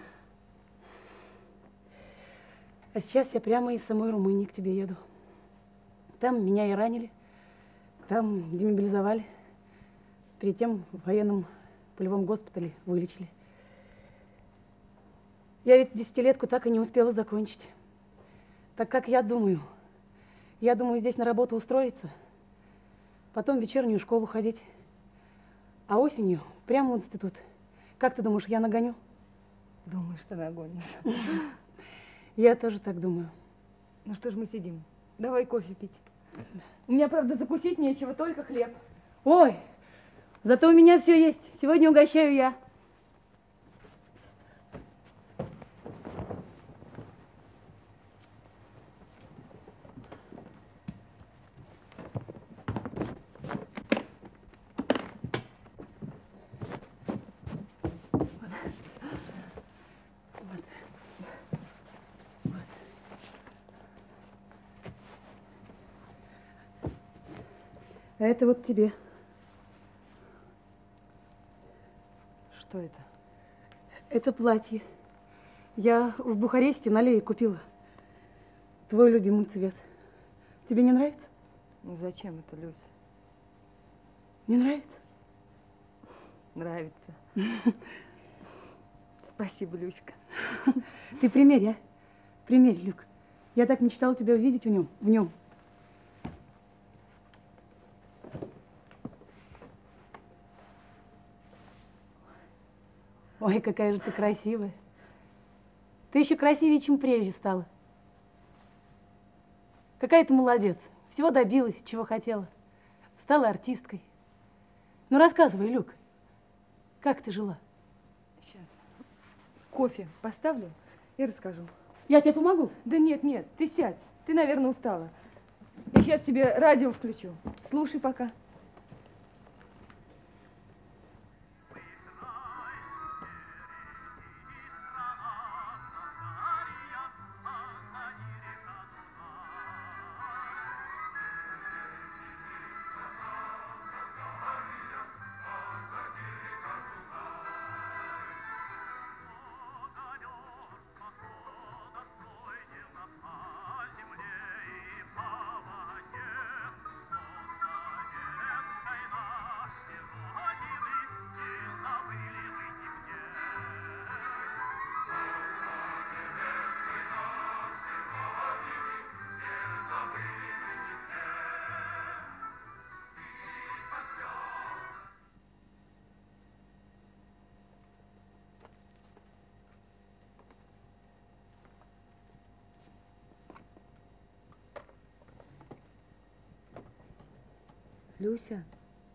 А сейчас я прямо из самой Румынии к тебе еду. Там меня и ранили, там демобилизовали. Перед тем в военном полевом госпитале вылечили. Я ведь десятилетку так и не успела закончить. Так как я думаю здесь на работу устроиться, потом в вечернюю школу ходить, а осенью прямо в институт. Как ты думаешь, я нагоню? Думаешь, ты нагонишь. Я тоже так думаю. Ну что ж мы сидим? Давай кофе пить. У меня, правда, закусить нечего, только хлеб. Ой, зато у меня все есть. Сегодня угощаю я. А это вот тебе. Что это? Это платье. Я в Бухаресте на Лее купила. Твой любимый цвет. Тебе не нравится? Ну зачем это, Люся? Не нравится? Нравится. Спасибо, Люська. Ты примерь, а? Примерь, Люк. Я так мечтала тебя увидеть в нем. Ой, какая же ты красивая. Ты еще красивее, чем прежде стала. Какая ты молодец. Всего добилась, чего хотела. Стала артисткой. Ну, рассказывай, Люк, как ты жила? Сейчас. Кофе поставлю и расскажу. Я тебе помогу? Да нет, нет, ты сядь. Ты, наверное, устала. Я сейчас тебе радио включу. Слушай пока. Люся?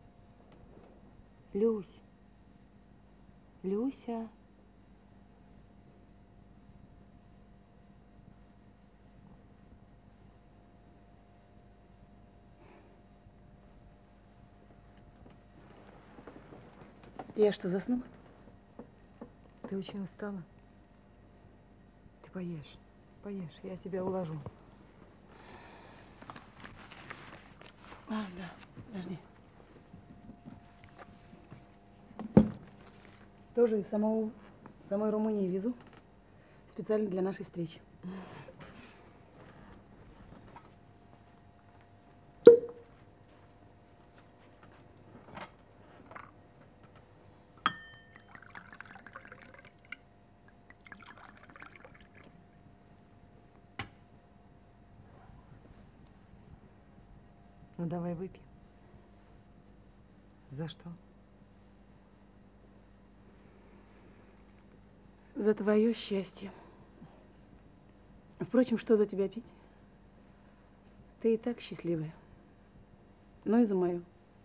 Люсь? Люся? Я что, заснула? Ты очень устала. Ты поешь, поешь, я тебя уложу. А, да, подожди. Тоже из самой Румынии везу. Специально для нашей встречи. Ну, давай выпей. За что? За твое счастье. Впрочем, что за тебя пить? Ты и так счастливая. Ну и за мою.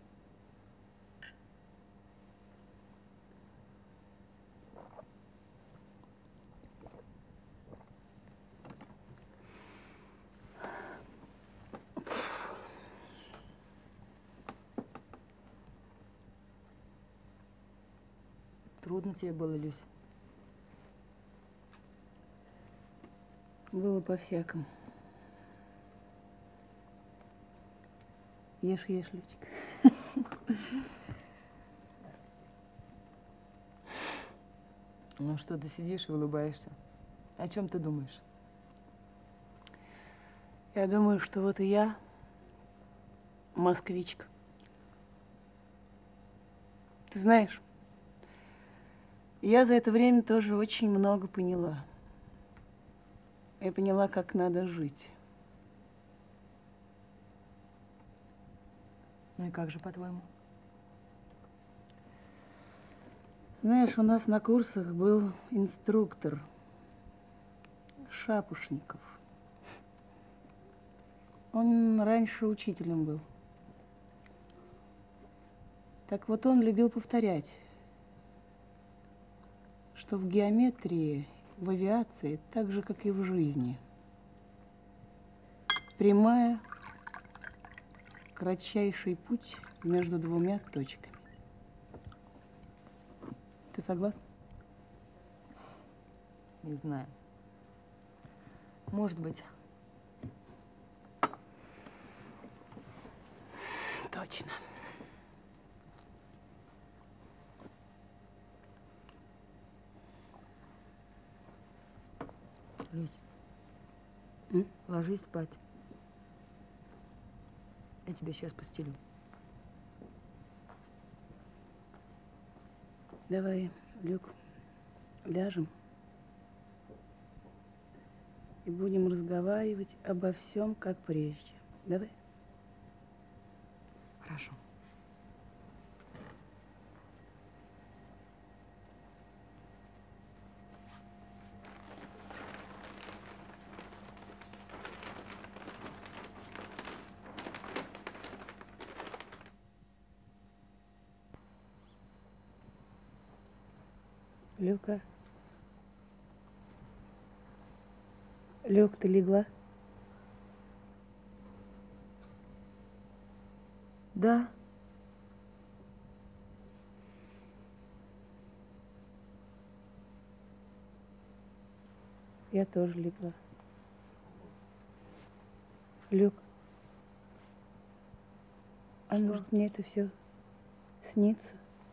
Трудно тебе было, Люся? Было по-всякому. Ешь, ешь, Лютик. Ну что, ты сидишь и улыбаешься? О чем ты думаешь? Я думаю, что вот и я москвичка. Ты знаешь, я за это время тоже очень много поняла. Я поняла, как надо жить. Ну и как же, по-твоему? Знаешь, у нас на курсах был инструктор Шапушников. Он раньше учителем был. Так вот, он любил повторять, что в геометрии, в авиации, так же, как и в жизни, прямая, кратчайший путь между двумя точками. Ты согласна? Не знаю. Может быть. Точно. Люсь, ложись спать. Я тебя сейчас постелю. Давай, Люк, ляжем и будем разговаривать обо всем, как прежде. Давай? Хорошо. Люка. Люк, ты легла? Да. Я тоже легла. Люк, а может мне это все снится?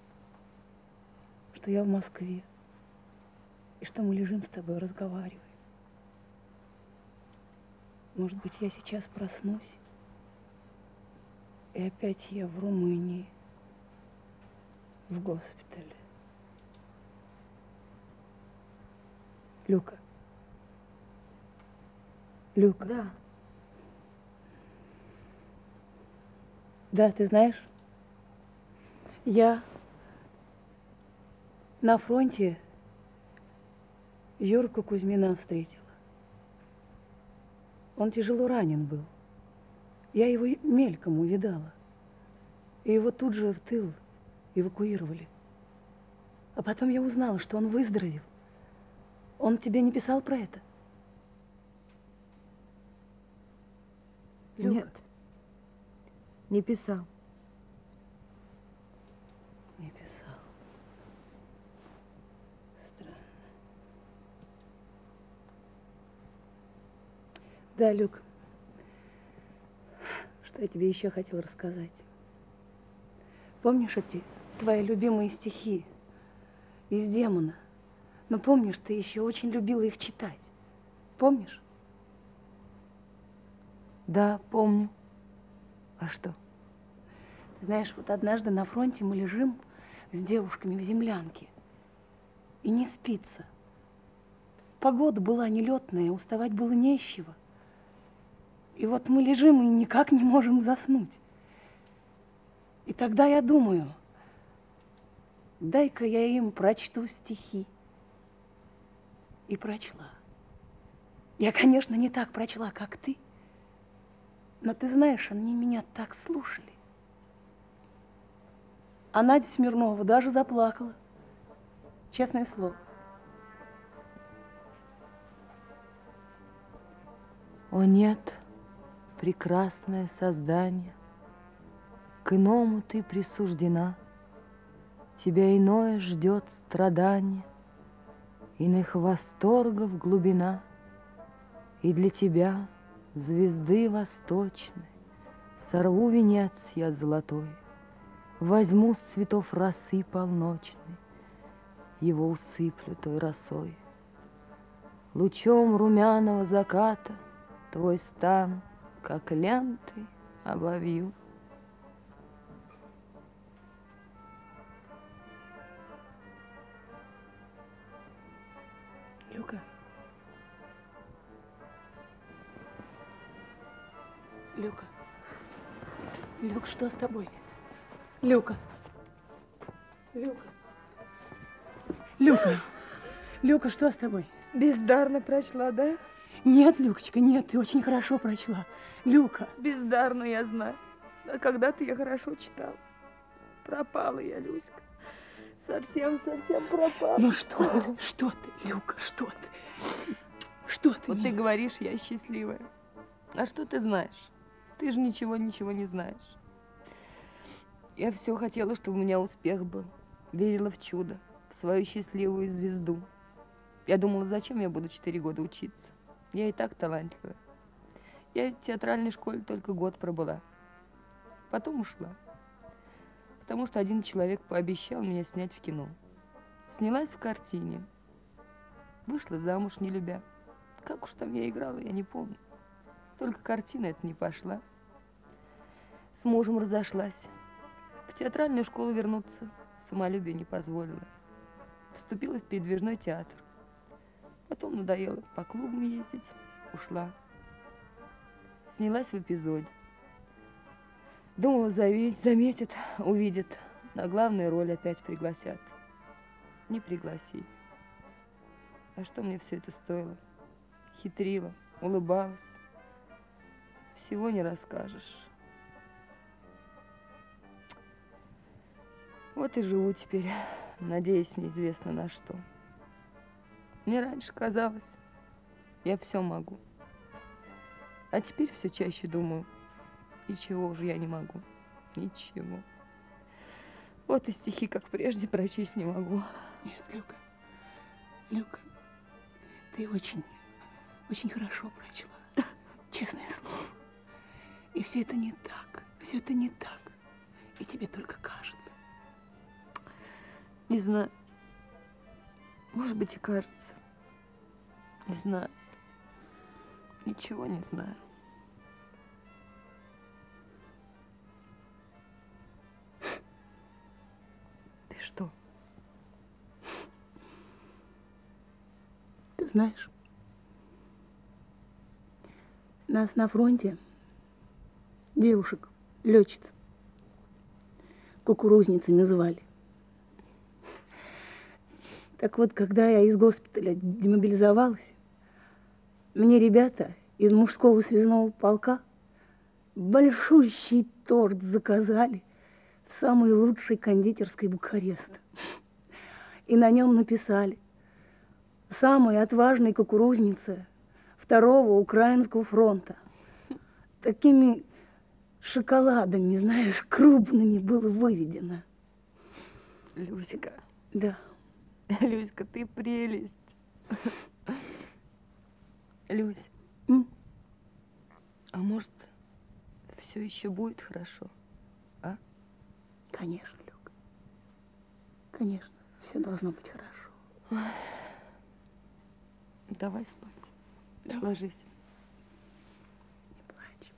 Что я в Москве, и что мы лежим с тобой, разговариваем. Может быть, я сейчас проснусь, и опять я в Румынии, в госпитале. Люка. Люка. Да. Да, ты знаешь, я на фронте Юрку Кузьмина встретила. Он тяжело ранен был. Я его мельком увидала. И его тут же в тыл эвакуировали. А потом я узнала, что он выздоровел. Он тебе не писал про это? Нет. Не писал. Не писал. Странно. Да, Люк, что я тебе еще хотела рассказать. Помнишь эти твои любимые стихи из «Демона»? Но помнишь, ты еще очень любила их читать. Помнишь? Да, помню. А что? Знаешь, вот однажды на фронте мы лежим с девушками в землянке, и не спится. Погода была нелетная, уставать было не с чего. И вот мы лежим и никак не можем заснуть. И тогда я думаю, дай-ка я им прочту стихи. И прочла. Я, конечно, не так прочла, как ты, но ты знаешь, они меня так слушали. А Надя Смирнова даже заплакала. Честное слово. О нет, прекрасное создание, к иному ты присуждена, тебя иное ждет страдание, иных восторгов глубина, и для тебя, звезды восточной, сорву венец я золотой, возьму с цветов росы полночной, его усыплю той росой. Лучом румяного заката твой стан, как лентой, обовью. Люка. Люка. Люк, что с тобой? Люка. Люка. Люка. Люка, что с тобой? Бездарно прочла, да? Нет, Люкочка, нет, ты очень хорошо прочла. Люка. Бездарно, я знаю. А когда-то я хорошо читала. Пропала я, Люська. Совсем пропала. Ну что ты, Люка, что ты? Что ты? Вот ты говоришь, я счастливая. А что ты знаешь? Ты же ничего не знаешь. Я все хотела, чтобы у меня успех был. Верила в чудо, в свою счастливую звезду. Я думала, зачем я буду 4 года учиться? Я и так талантливая. Я в театральной школе только год пробыла. Потом ушла. Потому что один человек пообещал меня снять в кино. Снялась в картине. Вышла замуж, не любя. Как уж там я играла, я не помню. Только картина эта не пошла. С мужем разошлась. В театральную школу вернуться самолюбие не позволило. Вступила в передвижной театр. Потом надоело по клубам ездить. Ушла. Снялась в эпизоде. Думала, заметят, увидят. На главную роль опять пригласят. Не пригласили. А что мне все это стоило? Хитрила, улыбалась. Всего не расскажешь. Вот и живу теперь надеясь неизвестно на что. Мне раньше казалось, я все могу. А теперь все чаще думаю, ничего уже я не могу. Ничего. Вот и стихи, как прежде, прочесть не могу. Нет, Люка, Люка, ты очень, очень хорошо прочла. Честное слово. И все это не так. Все это не так. И тебе только кажется. Не знаю. Может быть, и кажется. Не знаю. Ничего не знаю. Ты что? Ты знаешь, нас на фронте, девушек, летчиц, кукурузницами звали. Так вот, когда я из госпиталя демобилизовалась, мне ребята из мужского связного полка большущий торт заказали в самой лучшей кондитерской Бухареста. И на нем написали: «Самая отважная кукурузница Второго Украинского фронта». Такими шоколадами, знаешь, крупными было выведено. Люська. Да. Люська, ты прелесть. Люсь, а может, все еще будет хорошо, а? Конечно, Люк. Конечно, все должно быть хорошо. Ой. Давай спать. Давай. Ложись. Не плачь.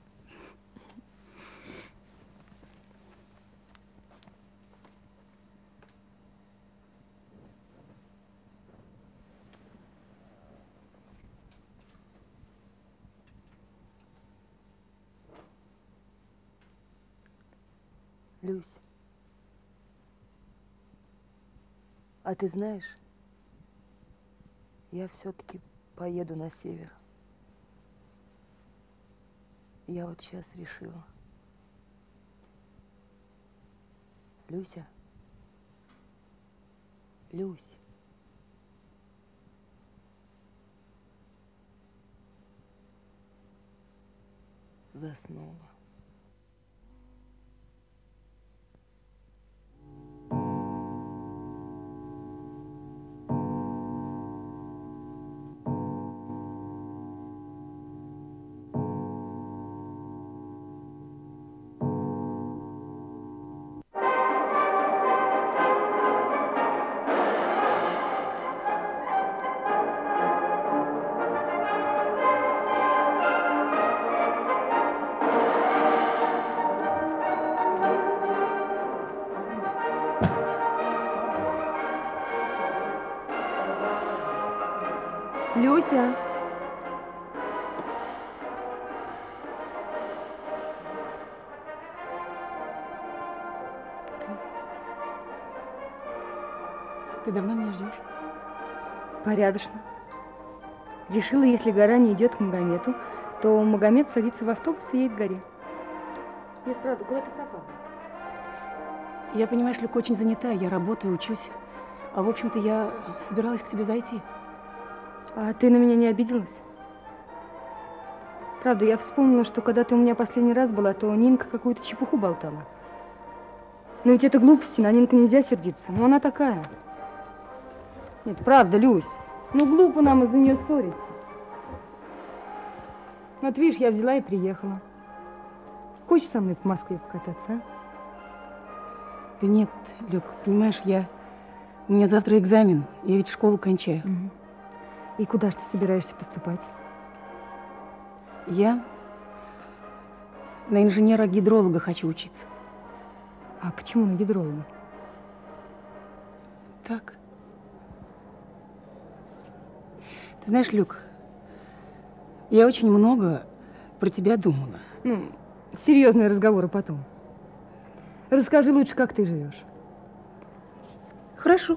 Люсь, а ты знаешь, я все-таки поеду на север. Я вот сейчас решила. Люся? Люсь? Заснула. Люся. Ты давно меня ждешь? Порядочно. Решила, если гора не идет к Магомету, то Магомед садится в автобус и едет к горе. Нет, правда, куда ты пропала? Я, понимаешь, Люк, очень занята. Я работаю, учусь. А, в общем-то, я собиралась к тебе зайти. А ты на меня не обиделась? Правда, я вспомнила, что когда ты у меня последний раз была, то Нинка какую-то чепуху болтала. Но ведь это глупости, на Нинку нельзя сердиться. Но она такая. Нет, правда, Люсь. Ну, глупо нам из-за нее ссориться. Вот видишь, я взяла и приехала. Хочешь со мной по Москве покататься, а? Да нет, Люк, понимаешь, у меня завтра экзамен. Я ведь школу кончаю. Угу. И куда же ты собираешься поступать? Я на инженера-гидролога хочу учиться. А почему на гидролога? Так. Ты знаешь, Люк, я очень много про тебя думала. Ну, серьезные разговоры потом. Расскажи лучше, как ты живешь. Хорошо.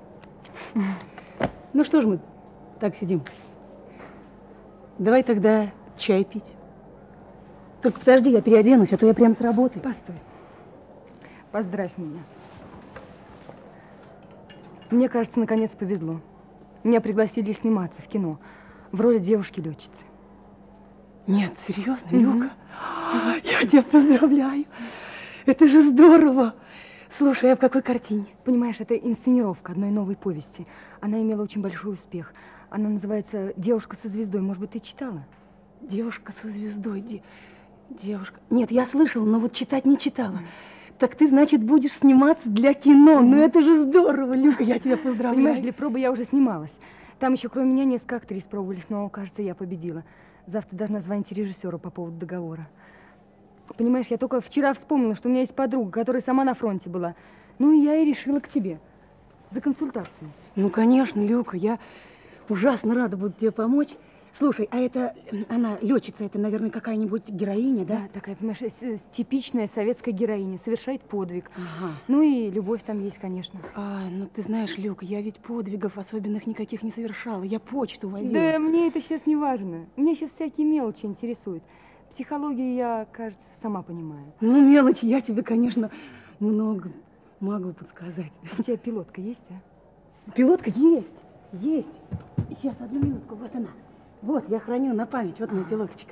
Ну что ж мы так сидим? Давай тогда чай пить. Только подожди, я переоденусь, а то я прям с работы. Постой. Поздравь меня. Мне кажется, наконец повезло. Меня пригласили сниматься в кино в роли девушки-летчицы. Нет, серьезно, Люка? Я тебя поздравляю. Это же здорово. Слушай, а в какой картине? Понимаешь, это инсценировка одной новой повести. Она имела очень большой успех. Она называется «Девушка со звездой». Может быть, ты читала? Девушка со звездой. Девушка. Нет, я слышала, но вот читать не читала. Так ты, значит, будешь сниматься для кино. Ну это же здорово, Люка, я тебя поздравляю. Понимаешь, для пробы я уже снималась. Там еще кроме меня несколько актрис пробовались, но, кажется, я победила. Завтра должна звонить режиссеру по поводу договора. Понимаешь, я только вчера вспомнила, что у меня есть подруга, которая сама на фронте была. Ну и я и решила к тебе за консультацией. Ну, конечно, Люка, я ужасно рада буду тебе помочь. Слушай, а это, она летчица, это, наверное, какая-нибудь героиня, да? Да, такая, понимаешь, типичная советская героиня, совершает подвиг. Ага. Ну и любовь там есть, конечно. Ну ты знаешь, Люка, я ведь подвигов особенных никаких не совершала, я почту возила. Да мне это сейчас не важно, меня сейчас всякие мелочи интересуют. Психологию я, кажется, сама понимаю. Ну, мелочи я тебе, конечно, много могу подсказать. У тебя пилотка есть, а? Пилотка есть, есть. Сейчас, одну минутку, вот она. Вот, я храню на память, вот моя пилоточка.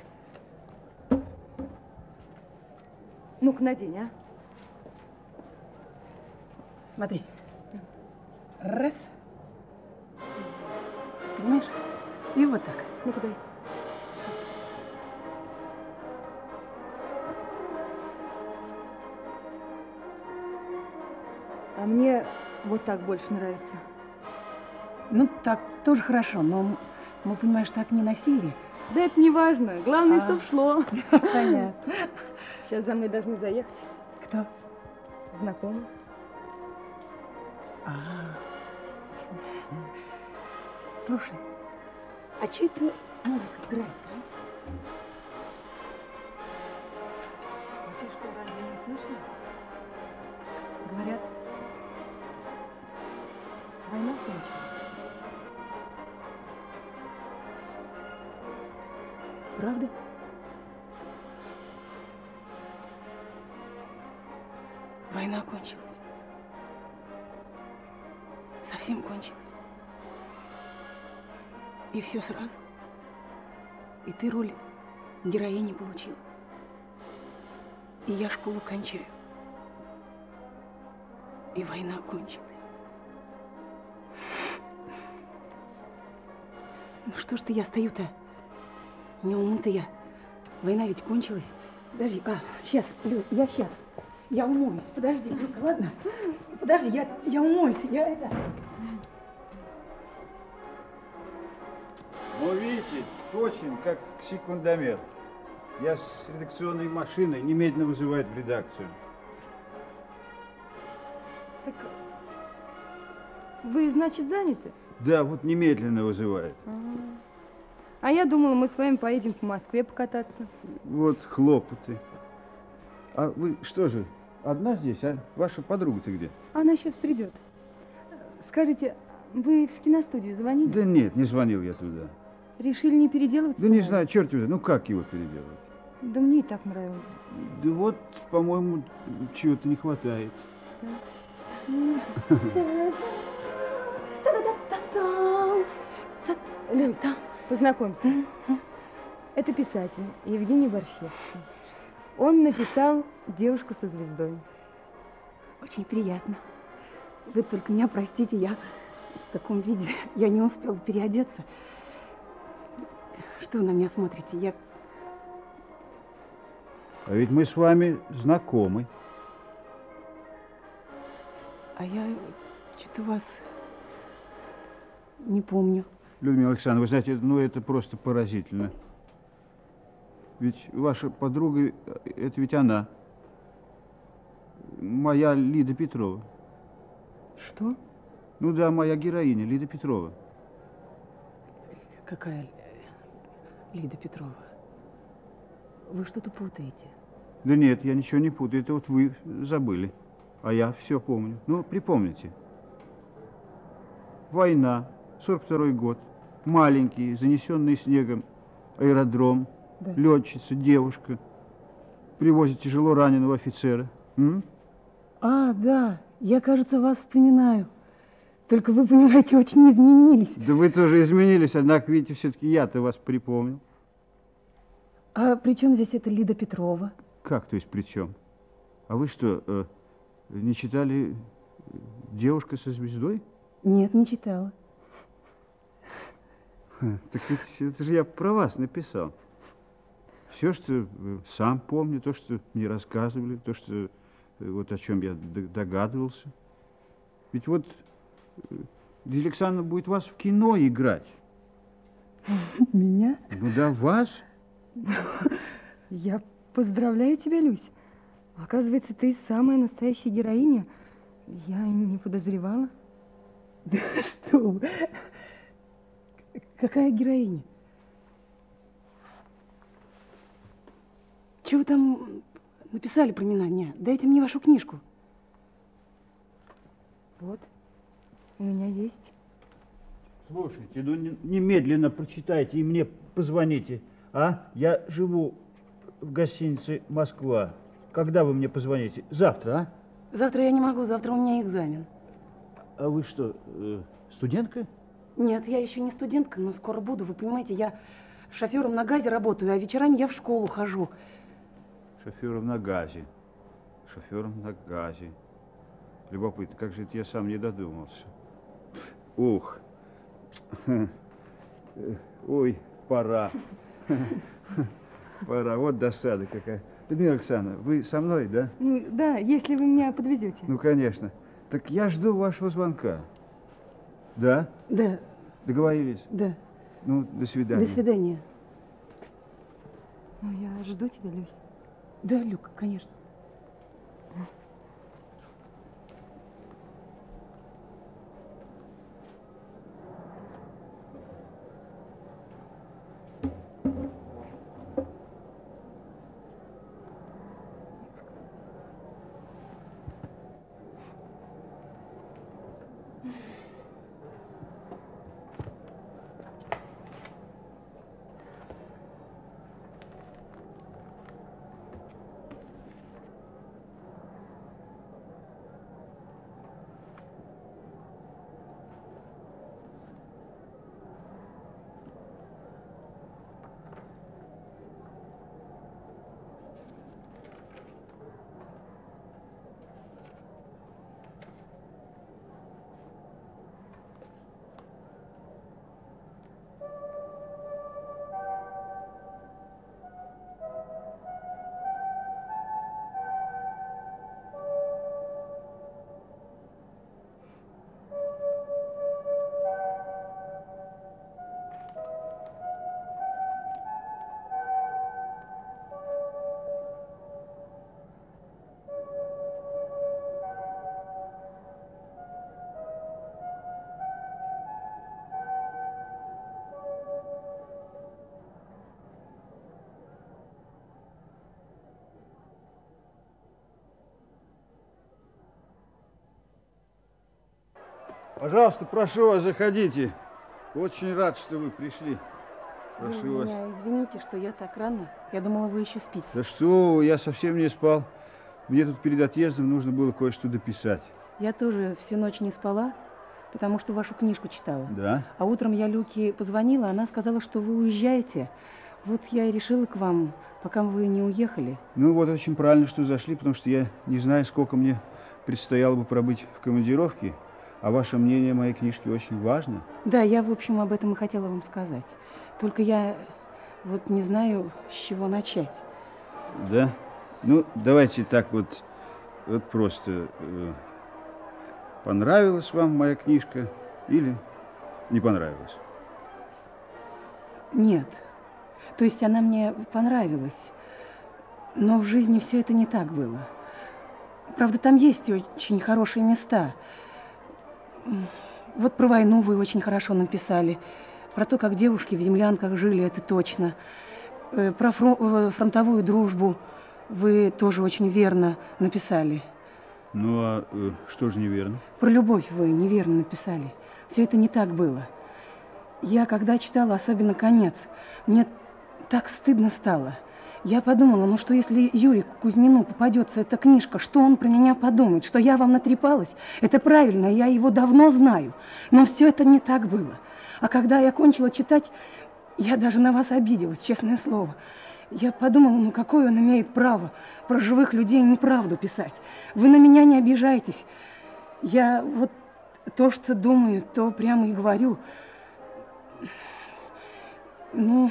Ну-ка, надень, а? Смотри. Раз. Понимаешь? И вот так. Ну-ка, дай. А мне вот так больше нравится. Ну, так тоже хорошо, но мы, понимаешь, так не носили. Да это не важно. Главное, чтоб шло. Понятно. Сейчас за мной должны заехать. Кто? Знакомый. Слушай, а че это музыка играет, а? А ты что, разве не слышно? Говорят, война кончилась. Правда? Война кончилась. Совсем кончилась. И все сразу. И ты роль героини получил. И я школу кончаю. И война кончилась. Ну что ж ты я стою-то? Не уму-то я. Война ведь кончилась. Подожди, сейчас, Лю, я сейчас. Я умоюсь. Подожди, Люка, ладно? Подожди, я умоюсь, я это... Ну, видите, точен, как секундомер. Я с редакционной машиной немедленно вызывает в редакцию. Так вы, значит, заняты? Да, вот немедленно вызывает. А я думала, мы с вами поедем по Москве покататься. Вот хлопоты. А вы что же, одна здесь, а? Ваша подруга-то где? Она сейчас придет. Скажите, вы в киностудию звонили? Да нет, не звонил я туда. Решили не переделывать? Да не знаю, черт его знает, ну как его переделать? Да мне и так нравилось. Да вот, по-моему, чего-то не хватает. Люся, познакомься. Это писатель Евгений Борщевский. Он написал «Девушку со звездой». Очень приятно. Вы только меня простите, я в таком виде, я не успела переодеться. Что вы на меня смотрите? Я... А ведь мы с вами знакомы. А я что-то вас не помню. Людмила Александровна, вы знаете, ну это просто поразительно. Ведь ваша подруга, это ведь она. Моя Лида Петрова. Что? Ну да, моя героиня, Лида Петрова. Какая Лида Петрова? Вы что-то путаете. Да нет, я ничего не путаю, это вот вы забыли. А я все помню. Ну, припомните. Война, 42-й год. Маленький, занесенный снегом аэродром. Да. Летчица, девушка. Привозит тяжело раненого офицера. Да, я, кажется, вас вспоминаю. Только вы, понимаете, очень изменились. Да вы тоже изменились, однако, видите, все-таки я-то вас припомнил. А при чем здесь эта Лида Петрова? Как, то есть при чем? А вы что, не читали «Девушка со звездой»? Нет, не читала. Так ведь это же я про вас написал. Все, что сам помню, то, что мне рассказывали, то, что вот о чем я догадывался. Ведь вот Лидия Александровна будет вас в кино играть. Меня? Ну да, вас. Я поздравляю тебя, Люсь. Оказывается, ты самая настоящая героиня. Я не подозревала. Да что вы. Какая героиня? Чего вы там написали про меня? Дайте мне вашу книжку. Вот, у меня есть. Слушайте, ну немедленно прочитайте и мне позвоните. А? Я живу в гостинице «Москва». Когда вы мне позвоните? Завтра, а? Завтра я не могу, завтра у меня экзамен. А вы что, студентка? Нет, я еще не студентка, но скоро буду. Вы понимаете, я шофером на газе работаю, а вечерами я в школу хожу. Шофером на газе. Шофером на газе. Любопытно, как же это я сам не додумался. Ух. Ой, пора. Пора, вот досада какая. Людмила Александровна, вы со мной, да? Ну, да, если вы меня подвезете. Ну, конечно. Так я жду вашего звонка. Да? Да. Договорились? Да. Ну, до свидания. До свидания. Ну, я жду тебя, Люсь. Да, Люка, конечно. Пожалуйста, прошу вас, заходите. Очень рад, что вы пришли. Прошу вас. Меня извините, что я так рано. Я думала, вы еще спите. Да что, я совсем не спал. Мне тут перед отъездом нужно было кое-что дописать. Я тоже всю ночь не спала, потому что вашу книжку читала. Да? А утром я Люке позвонила, она сказала, что вы уезжаете. Вот я и решила к вам, пока вы не уехали. Ну вот очень правильно, что зашли, потому что я не знаю, сколько мне предстояло бы пробыть в командировке. А ваше мнение о моей книжке очень важно. Да, я, в общем, об этом и хотела вам сказать. Только я вот не знаю, с чего начать. Да? Ну, давайте так вот просто. Понравилась вам моя книжка или не понравилась? Нет. То есть она мне понравилась. Но в жизни все это не так было. Правда, там есть очень хорошие места. Вот про войну вы очень хорошо написали. Про то, как девушки в землянках жили, это точно. Про фронтовую дружбу вы тоже очень верно написали. Ну, а что же неверно? Про любовь вы неверно написали. Все это не так было. Я, когда читала, особенно конец, мне так стыдно стало. Я подумала, ну что если Юрию Кузьмину попадется эта книжка, что он про меня подумает, что я вам натрепалась? Это правильно, я его давно знаю. Но все это не так было. А когда я кончила читать, я даже на вас обиделась, честное слово. Я подумала, ну какое он имеет право про живых людей неправду писать? Вы на меня не обижайтесь. Я вот то, что думаю, то прямо и говорю. Ну...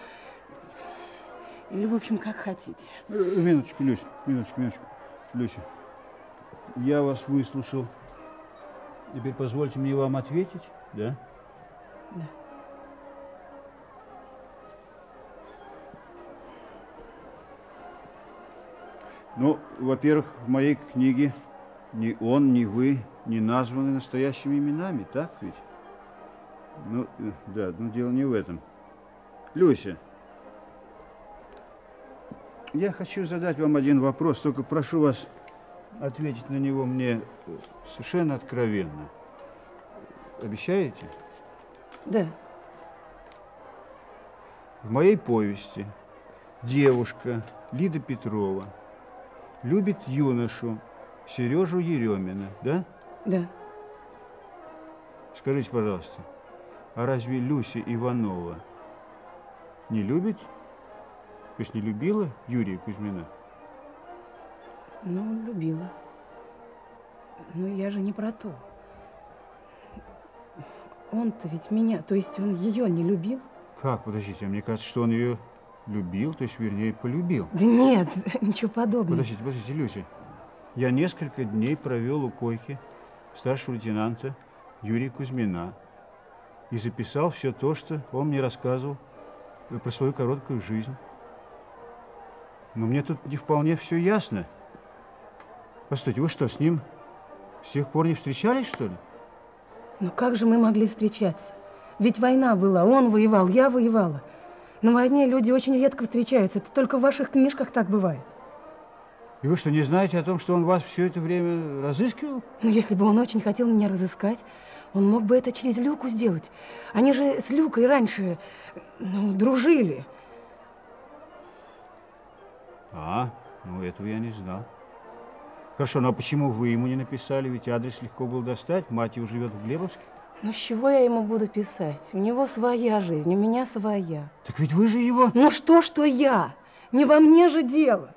Или, в общем, как хотите. Минуточку, Люся, минуточку. Люся, я вас выслушал. Теперь позвольте мне вам ответить, да? Да. Ну, во-первых, в моей книге ни он, ни вы не названы настоящими именами, так ведь? Ну, да, но дело не в этом. Люся, я хочу задать вам один вопрос, только прошу вас ответить на него мне совершенно откровенно. Обещаете? Да. В моей повести девушка Лида Петрова любит юношу Сережу Еремина, да? Да. Скажите, пожалуйста, а разве Люся Иванова не любит? То есть не любила Юрия Кузьмина? Ну, любила. Но я же не про то. Он-то ведь меня, то есть он ее не любил? Как, подождите, а мне кажется, что он ее любил, то есть, вернее, полюбил. Да нет, ничего подобного. Подождите, Люся. Я несколько дней провел у койки старшего лейтенанта Юрия Кузьмина и записал все то, что он мне рассказывал про свою короткую жизнь. Но мне тут не вполне все ясно. Постойте, вы что, с ним с тех пор не встречались, что ли? Ну как же мы могли встречаться? Ведь война была, он воевал, я воевала. На войне люди очень редко встречаются, это только в ваших книжках так бывает. И вы что, не знаете о том, что он вас все это время разыскивал? Ну, если бы он очень хотел меня разыскать, он мог бы это через Люку сделать. Они же с Люкой раньше, ну, дружили. А, ну этого я не знал. Хорошо, ну а почему вы ему не написали? Ведь адрес легко было достать. Мать его живет в Глебовске. Ну, с чего я ему буду писать? У него своя жизнь, у меня своя. Так ведь вы же его... Ну что я? Не во мне же дело.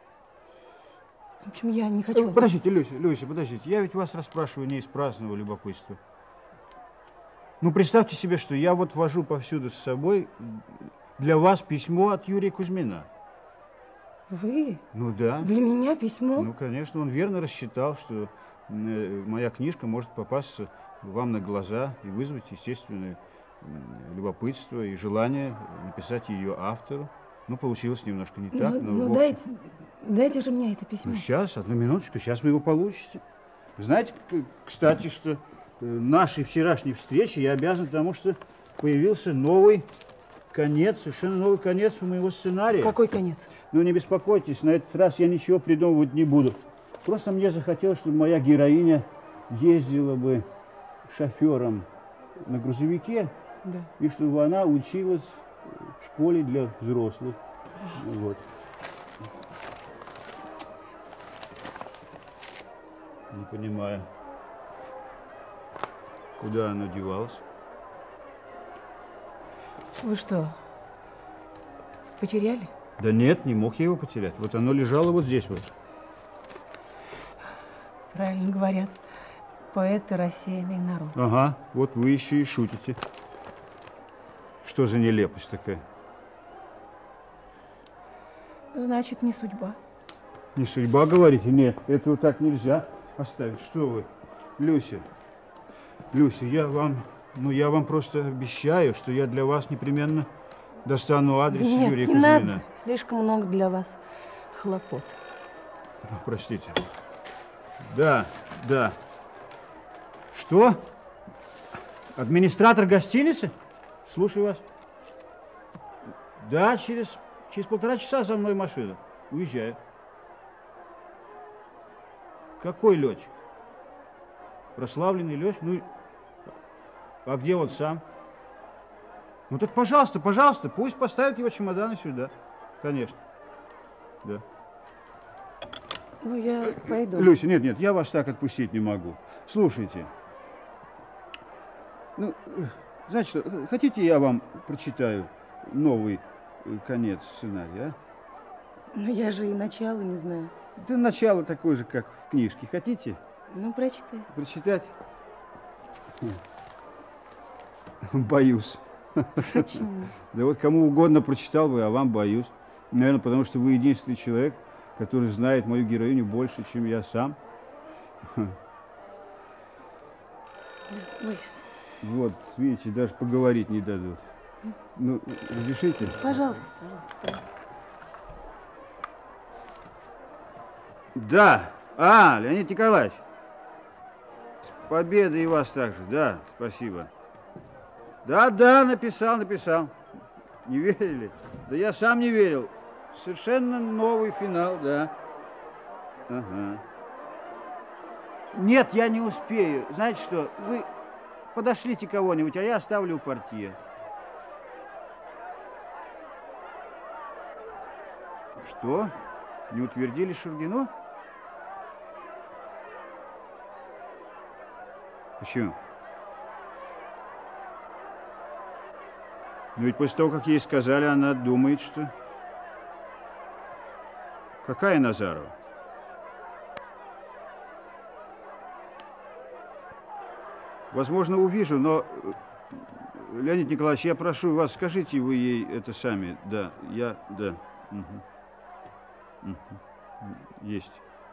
В общем, я не хочу... Подождите, Люся, подождите. Я ведь вас расспрашиваю не из праздного любопытства. Ну, представьте себе, что я вот вожу повсюду с собой для вас письмо от Юрия Кузьмина. Вы? Ну да. Для меня письмо? Ну, конечно, он верно рассчитал, что моя книжка может попасться вам на глаза и вызвать естественное любопытство и желание написать ее автору. Ну, получилось немножко не так, но ну в общем... дайте же мне это письмо. Ну, сейчас, одну минуточку, сейчас вы его получите. Знаете, кстати, что нашей вчерашней встречи я обязан тому, что появился новый конец, совершенно новый конец у моего сценария. Какой конец? Ну, не беспокойтесь, на этот раз я ничего придумывать не буду. Просто мне захотелось, чтобы моя героиня ездила бы шофером на грузовике, да, и чтобы она училась в школе для взрослых. Вот. Не понимаю, куда она девалась. Вы что, потеряли? Да нет, не мог я его потерять. Вот оно лежало вот здесь вот. Правильно говорят, поэты рассеянный народ. Ага, вот вы еще и шутите. Что за нелепость такая? Значит, не судьба. Не судьба, говорите? Нет, этого так нельзя оставить. Что вы? Люся, я вам просто обещаю, что я для вас непременно достану адрес Юрия Кузьмина. Нет, не надо. Слишком много для вас хлопот. Простите. Да. Что? Администратор гостиницы? Слушаю вас. Да, через 1,5 часа за мной машина. Уезжаю. Какой летчик? Прославленный летчик? Ну, а где он сам? Ну так, пожалуйста, пусть поставят его чемоданы сюда. Конечно. Да. Ну, я пойду. Люся, нет, я вас так отпустить не могу. Слушайте. Ну, знаете что, хотите, я вам прочитаю новый конец сценария, а? Ну, я же и начало не знаю. Да начало такое же, как в книжке. Хотите? Ну, прочитай. Прочитать? Боюсь. Почему? Да вот кому угодно прочитал бы, а вам боюсь. Наверное, потому что вы единственный человек, который знает мою героиню больше, чем я сам. Ой. Вот, видите, даже поговорить не дадут. Ну, разрешите? Пожалуйста, пожалуйста. Да. Леонид Николаевич. С победой и вас также. Да, спасибо. Да, написал. Не верили? Да я сам не верил. Совершенно новый финал, да. Ага. Нет, я не успею. Знаете что, вы подошлите кого-нибудь, а я оставлю у портье. Что? Не утвердили Шульгину? Почему? Но ведь после того, как ей сказали, она думает, что... Какая Назарова? Возможно, увижу, но... Леонид Николаевич, я прошу вас, скажите вы ей это сами. Да, да. Угу. Есть.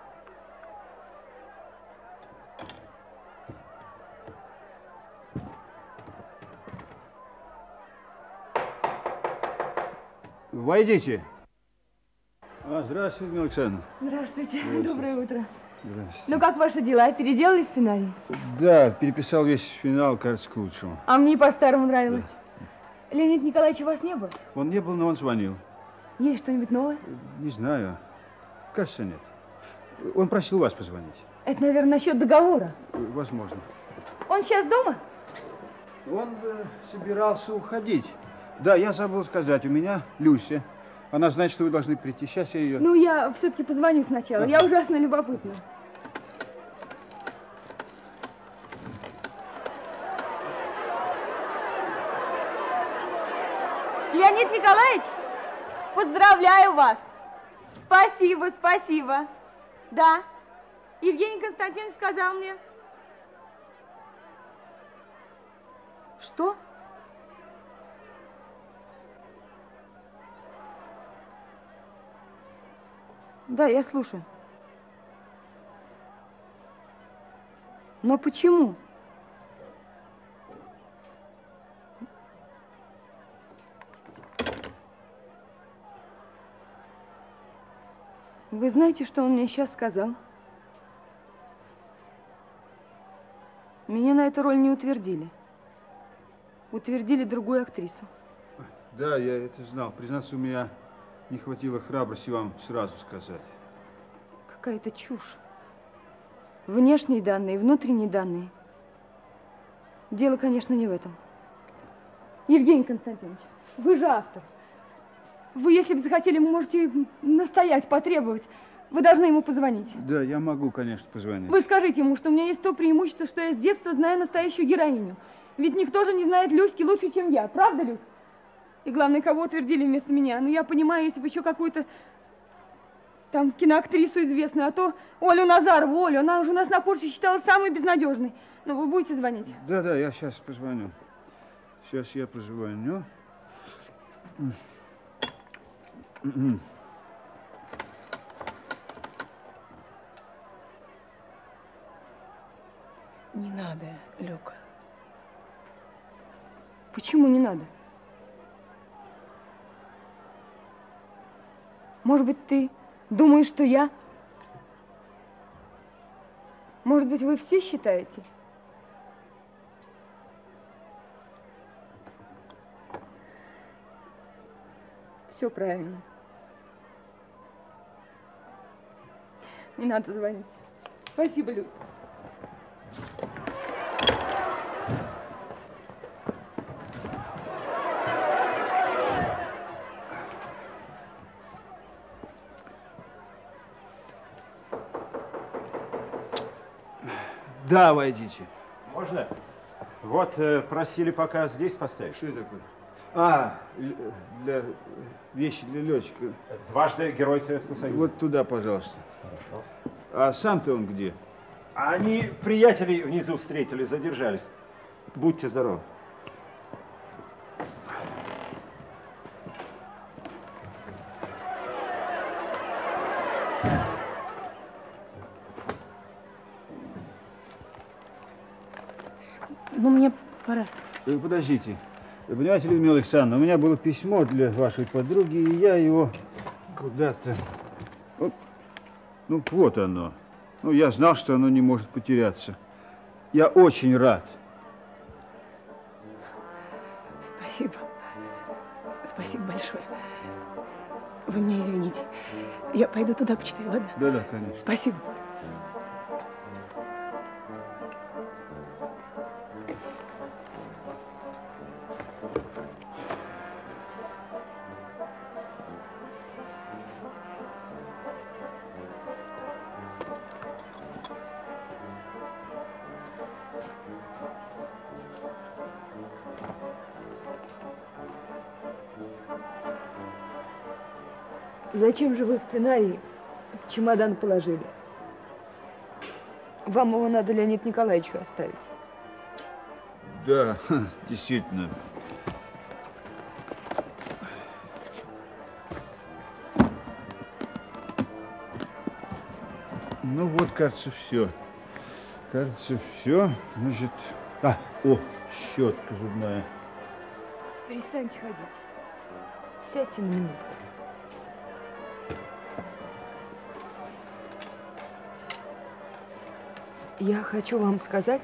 Войдите. Здравствуйте, Людмила Александровна. Здравствуйте. Здравствуйте. Доброе утро. Здравствуйте. Ну, как ваши дела? Переделали сценарий? Да, переписал весь финал, кажется, к лучшему. А мне по-старому нравилось. Да. Леонид Николаевич у вас не был? Он не был, но он звонил. Есть что-нибудь новое? Не знаю. Кажется, нет. Он просил вас позвонить. Это, наверное, насчет договора. Возможно. Он сейчас дома? Он собирался уходить. Да, я забыл сказать, у меня Люся. Она знает, что вы должны прийти. Сейчас я ее... Ну, я все-таки позвоню сначала. Я ужасно любопытна. Леонид Николаевич, поздравляю вас. Спасибо. Да, Евгений Константинович сказал мне. Что? Да, я слушаю. Но почему? Вы знаете, что он мне сейчас сказал? Меня на эту роль не утвердили. Утвердили другую актрису. Да, я это знал. Признаться, у меня не хватило храбрости вам сразу сказать. Какая-то чушь. Внешние данные, внутренние данные. Дело, конечно, не в этом. Евгений Константинович, вы же автор. Вы, если бы захотели, можете настоять, потребовать. Вы должны ему позвонить. Да, я могу, конечно, позвонить. Вы скажите ему, что у меня есть то преимущество, что я с детства знаю настоящую героиню. Ведь никто же не знает Люськи лучше, чем я. Правда, Люсь? И главное, кого утвердили вместо меня. Ну, я понимаю, если бы еще какую-то там киноактрису известную, а то Олю Назарову, она уже у нас на курсе считалась самой безнадежной. Но вы будете звонить? Да, я сейчас позвоню. Сейчас я позвоню. Не надо, Люка. Почему не надо? Может быть, ты думаешь, что я? Может быть, вы все считаете? Все правильно. Не надо звонить. Спасибо, Люд. Да, войдите. Можно? Вот, просили пока здесь поставить. Что это такое? А, для вещи для летчика. Дважды Герой Советского Союза. Вот туда, пожалуйста. Хорошо. А сам-то он где? Они приятелей внизу встретили, задержались. Будьте здоровы. Ну, мне пора. Подождите. Вы понимаете, Людмила Александровна, у меня было письмо для вашей подруги, и я его куда-то... Ну, вот оно. Ну, я знал, что оно не может потеряться. Я очень рад. Спасибо. Спасибо большое. Вы меня извините. Я пойду туда почитаю, ладно? Да-да, конечно. Спасибо. Зачем же вы сценарий в чемодан положили? Вам его надо Леониду Николаевичу оставить. Да, действительно. Ну вот, кажется, все. Кажется, все. Значит, щетка зубная. Перестаньте ходить. Сядьте на минутку. Я хочу вам сказать,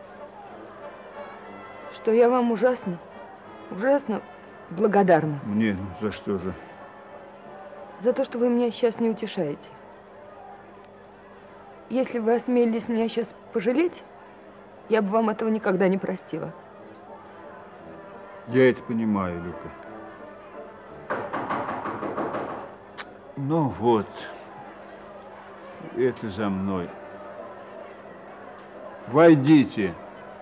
что я вам ужасно благодарна. Мне за что же? За то, что вы меня сейчас не утешаете. Если бы вы осмелились меня сейчас пожалеть, я бы вам этого никогда не простила. Я это понимаю, Люка. Ну вот, это за мной. Войдите.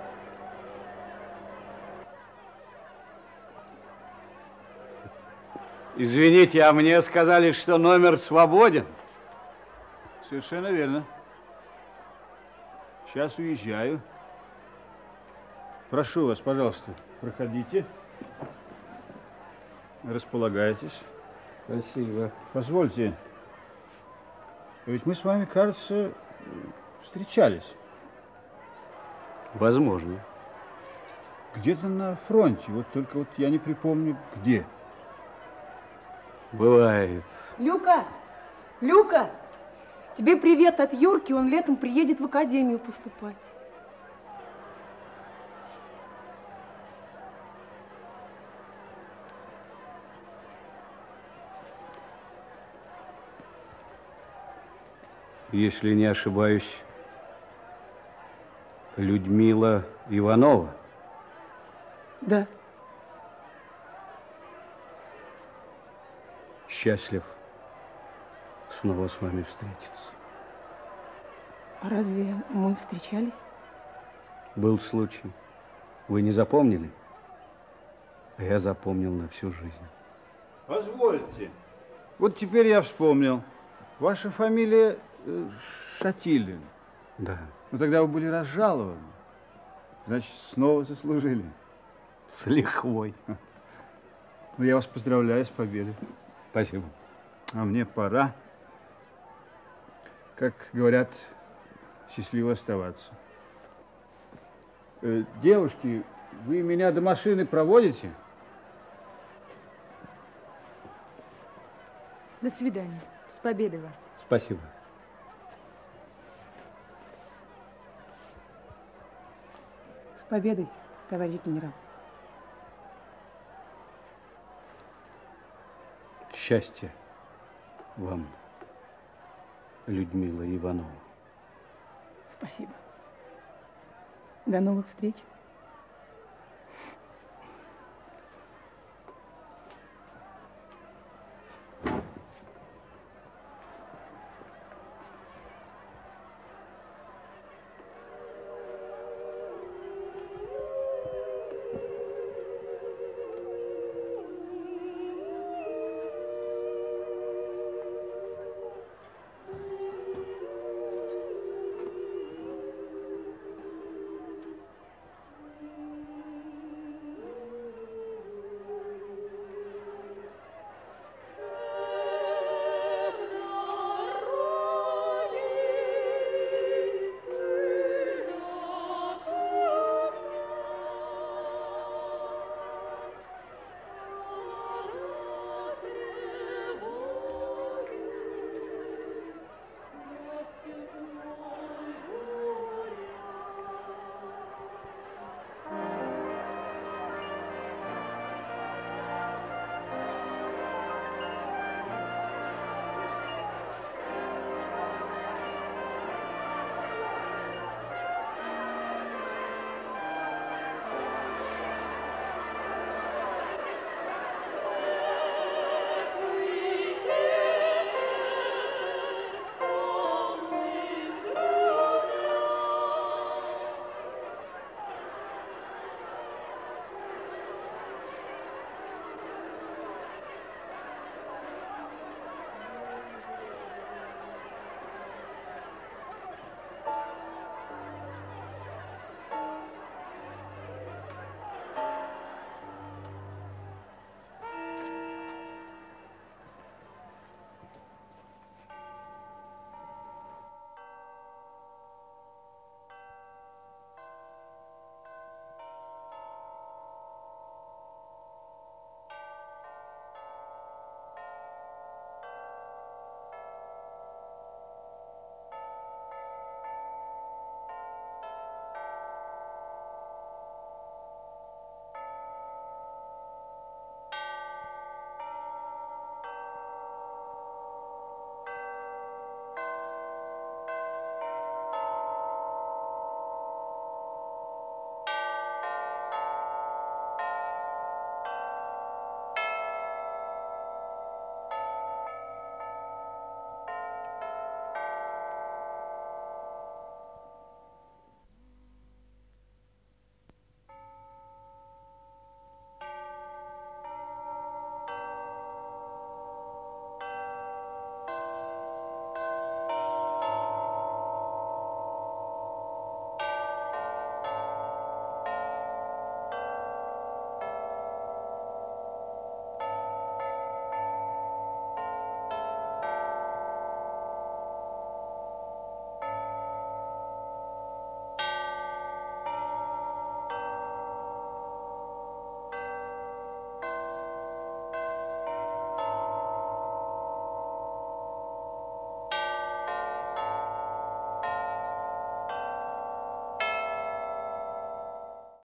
Извините, а мне сказали, что номер свободен. Совершенно верно. Сейчас уезжаю. Прошу вас, пожалуйста, проходите. Располагайтесь. Спасибо. Позвольте, ведь мы с вами, кажется, встречались. Возможно. Где-то на фронте, вот только вот я не припомню, где. Бывает. Люка! Люка! Тебе привет от Юрки, он летом приедет в академию поступать. Если не ошибаюсь, Людмила Иванова. Да. Счастлив снова с вами встретиться. А разве мы встречались? Был случай. Вы не запомнили? А я запомнил на всю жизнь. Позвольте. Вот теперь я вспомнил. Ваша фамилия Шатилин. Да. Но тогда вы были разжалованы. Значит, снова заслужили. С лихвой. Ну, я вас поздравляю с победой. Спасибо. А мне пора. Как говорят, счастливо оставаться. Девушки, вы меня до машины проводите? До свидания. С победой вас. Спасибо. С победой, товарищ генерал. Счастья вам, Людмила Иванова. Спасибо. До новых встреч.